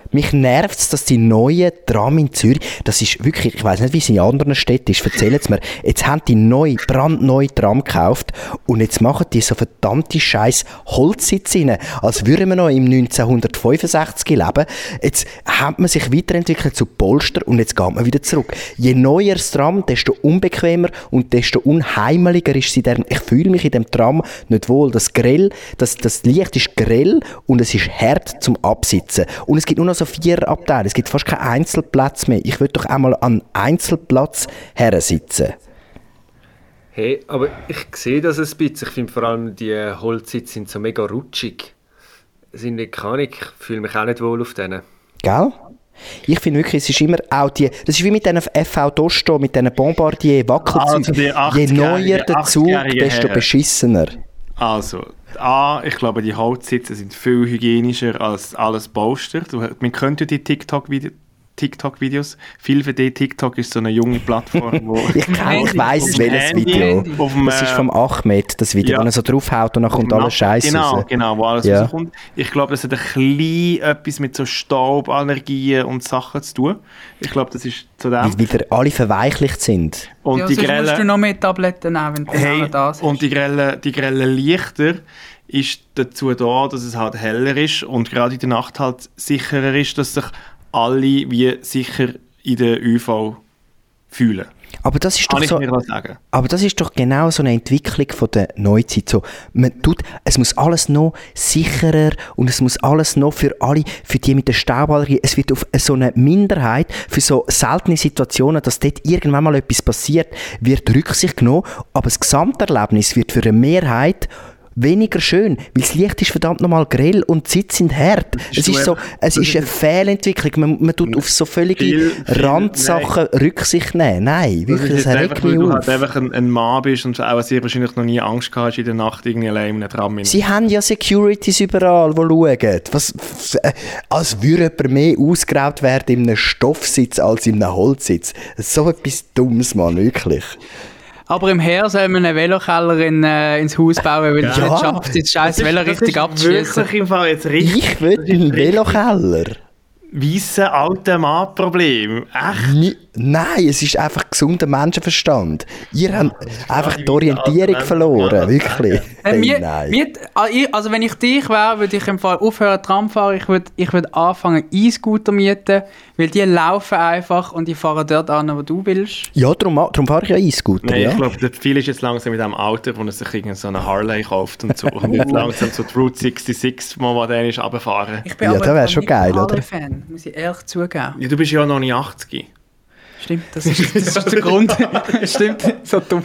mich nervt es, dass die neuen Tram in Zürich, das ist wirklich, ich weiss nicht, wie es in anderen Städten ist, erzählen Sie mir, jetzt haben die neu, brandneue Tram gekauft und jetzt machen die so verdammte scheiß Holzsitze rein, als würden wir noch im neunzehnhundertfünfundsechzig leben. Jetzt hat man sich weiterentwickelt zu Polster und jetzt geht man wieder zurück. Je neuer das Tram, desto unbequemer und desto unheimeliger ist sie. Ich fühle mich in dem Tram nicht wohl. Das Grell, das, das Licht ist grell und es ist hart zum Absitzen. Und es gibt nur noch so vier Abteile. Es gibt fast keinen Einzelplatz mehr. Ich würde doch einmal an Einzelplatz hersitzen. Hey, aber ich sehe das ein bisschen. Ich finde vor allem, die Holzsitze sind so mega rutschig. Sind nicht kann ich fühle mich auch nicht wohl auf denen. Gell? Ich finde wirklich, es ist immer auch die, das ist wie mit diesen F V Dosto, mit diesen Bombardier Wackelzügen. Also je neuer der Zug, desto Herren. beschissener. Also, A, ich glaube, die Holzsitze sind viel hygienischer als alles Polster. Man könnte die TikTok-Videos TikTok-Videos. Viel für die TikTok ist so eine junge Plattform, wo... ich kenne, ich weiss, welches Video. Dem, das ist vom Ahmed, das Video, ja, wo er so draufhaut und dann kommt alles Scheiße Genau, raus. genau, wo alles ja. rauskommt. Ich glaube, das hat ein bisschen etwas mit so Stauballergien und Sachen zu tun. Ich glaube, das ist zu dem... Weil wieder alle verweichlicht sind. Und ja, die sonst grellen, musst du noch mehr Tabletten nehmen, wenn du hey, das hast. Und die grellen, die grellen Lichter ist dazu da, dass es halt heller ist und gerade in der Nacht halt sicherer ist, dass sich alle wie sicher in der Ö V fühlen. Aber das ist Kann doch so, ich mir was sagen? aber das ist doch genau so eine Entwicklung von der Neuzeit. So, man tut, es muss alles noch sicherer und es muss alles noch für alle, für die mit der Stauballergie, es wird auf so eine Minderheit, für so seltene Situationen, dass dort irgendwann mal etwas passiert, wird Rücksicht genommen, aber das Gesamterlebnis wird für eine Mehrheit weniger schön, weil das Licht ist verdammt nochmal grell und die Sitze sind hart. Es ist, so, es ist eine Fehlentwicklung. Man, man tut auf so völlige viel, viel, Randsachen nein. Rücksicht nehmen. Nein, wirklich, das, das regt mich auf. Du halt einfach ein, ein Mann bist und auch sehr wahrscheinlich noch nie Angst gehabt hast, in der Nacht irgendwie allein in einem Tram. Sie haben ja Securities überall, die schauen. Was, als würde jemand mehr ausgeraubt werden in einem Stoffsitz als in einem Holzsitz. So etwas Dummes, Mann, wirklich. Aber im Heer soll man einen Velokeller in, äh, ins Haus bauen, weil ja. es nicht schafft, das scheiß Velo richtig abzuschießen. Ich will einen Velokeller. Weisse alte Mann-Problem. Echt? N- Nein, es ist einfach gesunder Menschenverstand. Ihr habt einfach die Orientierung verloren, wirklich. Äh, mir, Nein. Mir, also wenn ich dich wäre, würde ich im Fall aufhören Tram fahren. Ich würde ich würd anfangen E-Scooter mieten, weil die laufen einfach und die fahren dort an, wo du willst. Ja, darum, darum fahre ich ja E-Scooter. Nein, ja. Ich glaube, der Phil ist jetzt langsam mit dem Alter, wo er sich so eine Harley kauft und so. Und jetzt langsam so die Route sechsundsechzig mal modernisch runterfahren. Ich bin ja, aber das wäre schon geil, oder? Fan, muss ich ehrlich zugeben. Ja, du bist ja noch nicht achtzig. Stimmt, das ist, das ist der Grund. Stimmt, so dumm.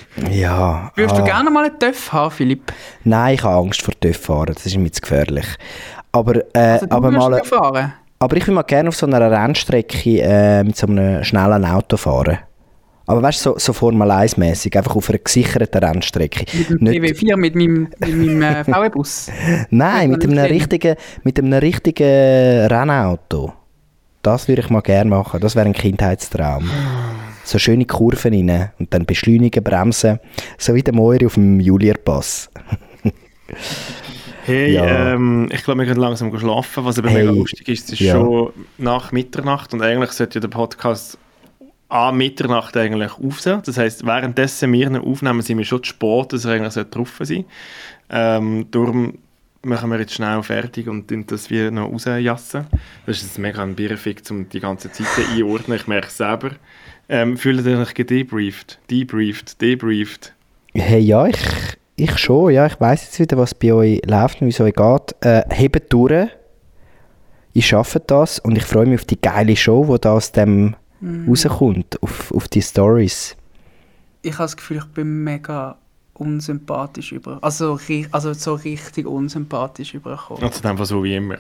Ja. Würdest ah. du gerne mal einen Töff haben, Philipp? Nein, ich habe Angst vor Töff fahren, das ist mir zu gefährlich. Aber, äh, also du aber mal, fahren? Aber ich würde mal gerne auf so einer Rennstrecke äh, mit so einem schnellen Auto fahren. Aber weißt du, so, so Formel eins mäßig, einfach auf einer gesicherten Rennstrecke. Mit dem T W vier, mit meinem, mit meinem äh, V W-Bus? Nein, mit einem, richtigen, mit einem richtigen Rennauto. Das würde ich mal gerne machen. Das wäre ein Kindheitstraum. So schöne Kurven rein und dann beschleunigen, bremsen. So wie der Moiri auf dem Julierpass. Hey, ja. ähm, ich glaube, wir können langsam schlafen. Was aber hey. mega lustig ist, es ist ja. schon nach Mitternacht und eigentlich sollte ja der Podcast an Mitternacht eigentlich aufsehen. Das heisst, währenddessen wir ihn aufnehmen, sind wir schon zu spät, dass er eigentlich drauf sein sollte. Ähm, darum machen wir jetzt schnell fertig und tun das wieder noch rausjassen. Das ist jetzt mega ein Bierfick, um die ganze Zeit einordnen. Ich merke es selber. Ähm, fühlt ihr euch gedebrieft? Debrieft? Debrieft? Hey, ja, ich, ich schon. Ja, ich weiss jetzt wieder, was bei euch läuft und wie es euch geht. Äh, hebt durch. Ich schaffe das und ich freue mich auf die geile Show, die da aus dem mm. rauskommt. Auf, auf die Stories. Ich habe das Gefühl, ich bin mega unsympathisch über, also, also so richtig unsympathisch übergekommen. Also einfach so wie immer.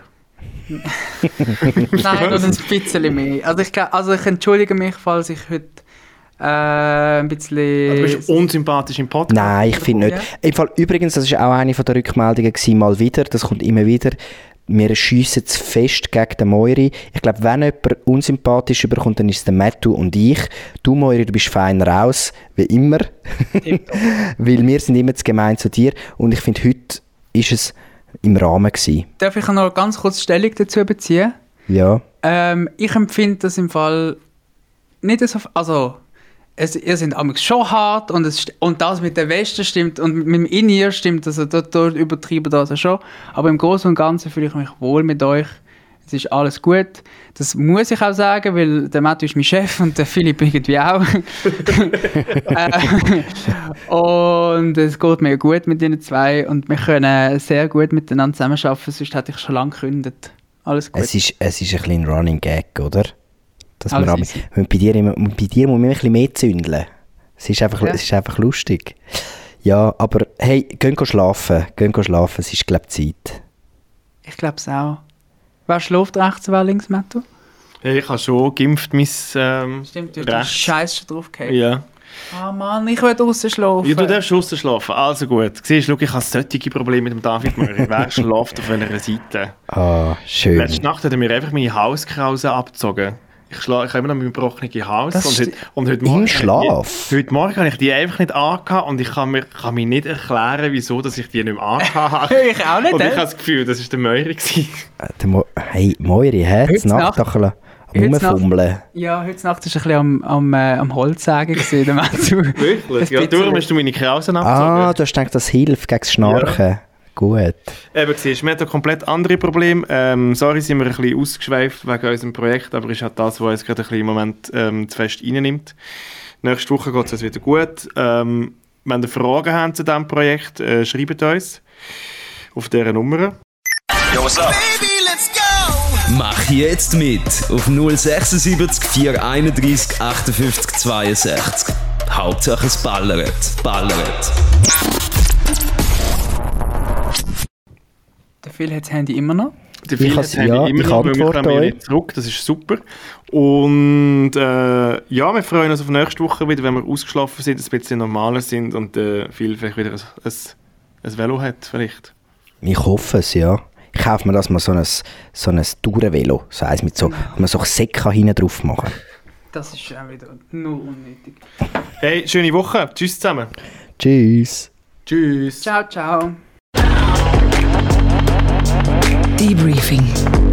Nein, nur ein bisschen mehr. Also ich, also ich entschuldige mich, falls ich heute äh, ein bisschen... Also du bist unsympathisch im Podcast? Nein, ich finde nicht. Im Fall, übrigens, das war auch eine der Rückmeldungen gewesen, mal wieder, das kommt immer wieder. Wir schiessen zu fest gegen den Moiri. Ich glaube, wenn jemand unsympathisch überkommt, dann ist es der Mattu und ich. Du, Moiri, du bist fein raus, wie immer. Weil wir sind immer zu gemein zu dir. Und ich finde, heute ist es im Rahmen gewesen. Darf ich noch ganz kurz Stellung dazu beziehen? Ja. Ähm, ich empfinde das im Fall nicht so... Also, es, ihr sind amigs schon hart und, es, und das mit der Weste stimmt und mit dem In-Ear stimmt, also dort, dort übertreiben das also schon. Aber im Großen und Ganzen fühle ich mich wohl mit euch. Es ist alles gut. Das muss ich auch sagen, weil der Matthew ist mein Chef und der Philipp irgendwie auch. äh, und es geht mir gut mit ihnen zwei und wir können sehr gut miteinander zusammenarbeiten, sonst hätte ich schon lange gekündigt. Alles gut. Es ist, es ist ein bisschen ein Running Gag, oder? Dass Alles wir aber, easy. bei, dir immer, bei dir muss man ein bisschen mehr zündeln. Es ist einfach, Ja. es ist einfach lustig. Ja, aber hey, gehen go schlafen. Gehen go schlafen, es ist, glaube ich, Zeit. Ich glaube es auch. Wer schläft rechts, wer links, Matthew? Hey, ich habe schon geimpft, mein ähm, Stimmt, du hast den Rechts. Scheiß schon draufgehört. Ja. Ah Mann, ich will draußen schlafen. Ja, du darfst draussen schlafen. Also gut. Siehst du, schau, ich habe solche Probleme mit dem David Möri. Wer schläft auf welcher Seite? Ah, schön. Letzte Nacht hat er mir einfach meine Hauskrause abgezogen. Ich, schla- ich habe immer noch mein gebrochenes Haus. Das Und sti- heute, und heute Im Morgen Schlaf? Die, heute Morgen habe ich die einfach nicht angehabt und ich kann mir, kann mir nicht erklären, wieso dass ich die nicht mehr angehabt habe. Ich auch nicht, Und ich äh? habe das Gefühl, das war der Möri gewesen. Äh, der Mo hey, Moiri, hä? Heute Heute Nacht Nacht- doch ein Heute bisschen rumfummeln. Ja, heute Nacht war ich ein bisschen am, am, äh, am Holzsägen gewesen, der Matthew. Wirklich? Ja, Ein darum bisschen. hast du meine Krausen Ah, abgezogen. du hast gedacht, das hilft gegen das Schnarchen. Gut. Eben, siehst, wir haben ein komplett andere Probleme. Ähm, sorry, sind wir ein bisschen ausgeschweift wegen unserem Projekt, aber ist halt das, was uns gerade ein bisschen im Moment ähm, zu fest reinnimmt. Nächste Woche geht es uns wieder gut. Ähm, wenn ihr Fragen habt zu diesem Projekt, äh, schreibt uns auf dieser Nummer. Yo, what's up? Mach jetzt mit auf null sechsundsiebzig vier einunddreißig achtundfünfzig zweiundsechzig. Hauptsache es ballert. Ballert. Der Phil hat das Handy immer noch. Der Phil has- hat Handy ja, immer ich noch, weil wir antworte kommen ja euch. nicht zurück, das ist super. Und äh, ja, wir freuen uns auf nächste Woche wieder, wenn wir ausgeschlafen sind, ein bisschen normaler sind und äh, Phil vielleicht wieder ein, ein, ein Velo hat, vielleicht. Ich hoffe es, ja. Ich kaufe mir das mal so ein, so ein Tourenvelo. So eins mit so, wo man so Säcke hinten drauf machen kann. Das ist auch wieder nur unnötig. Hey, schöne Woche. Tschüss zusammen. Tschüss. Tschüss. Ciao, ciao. Debriefing.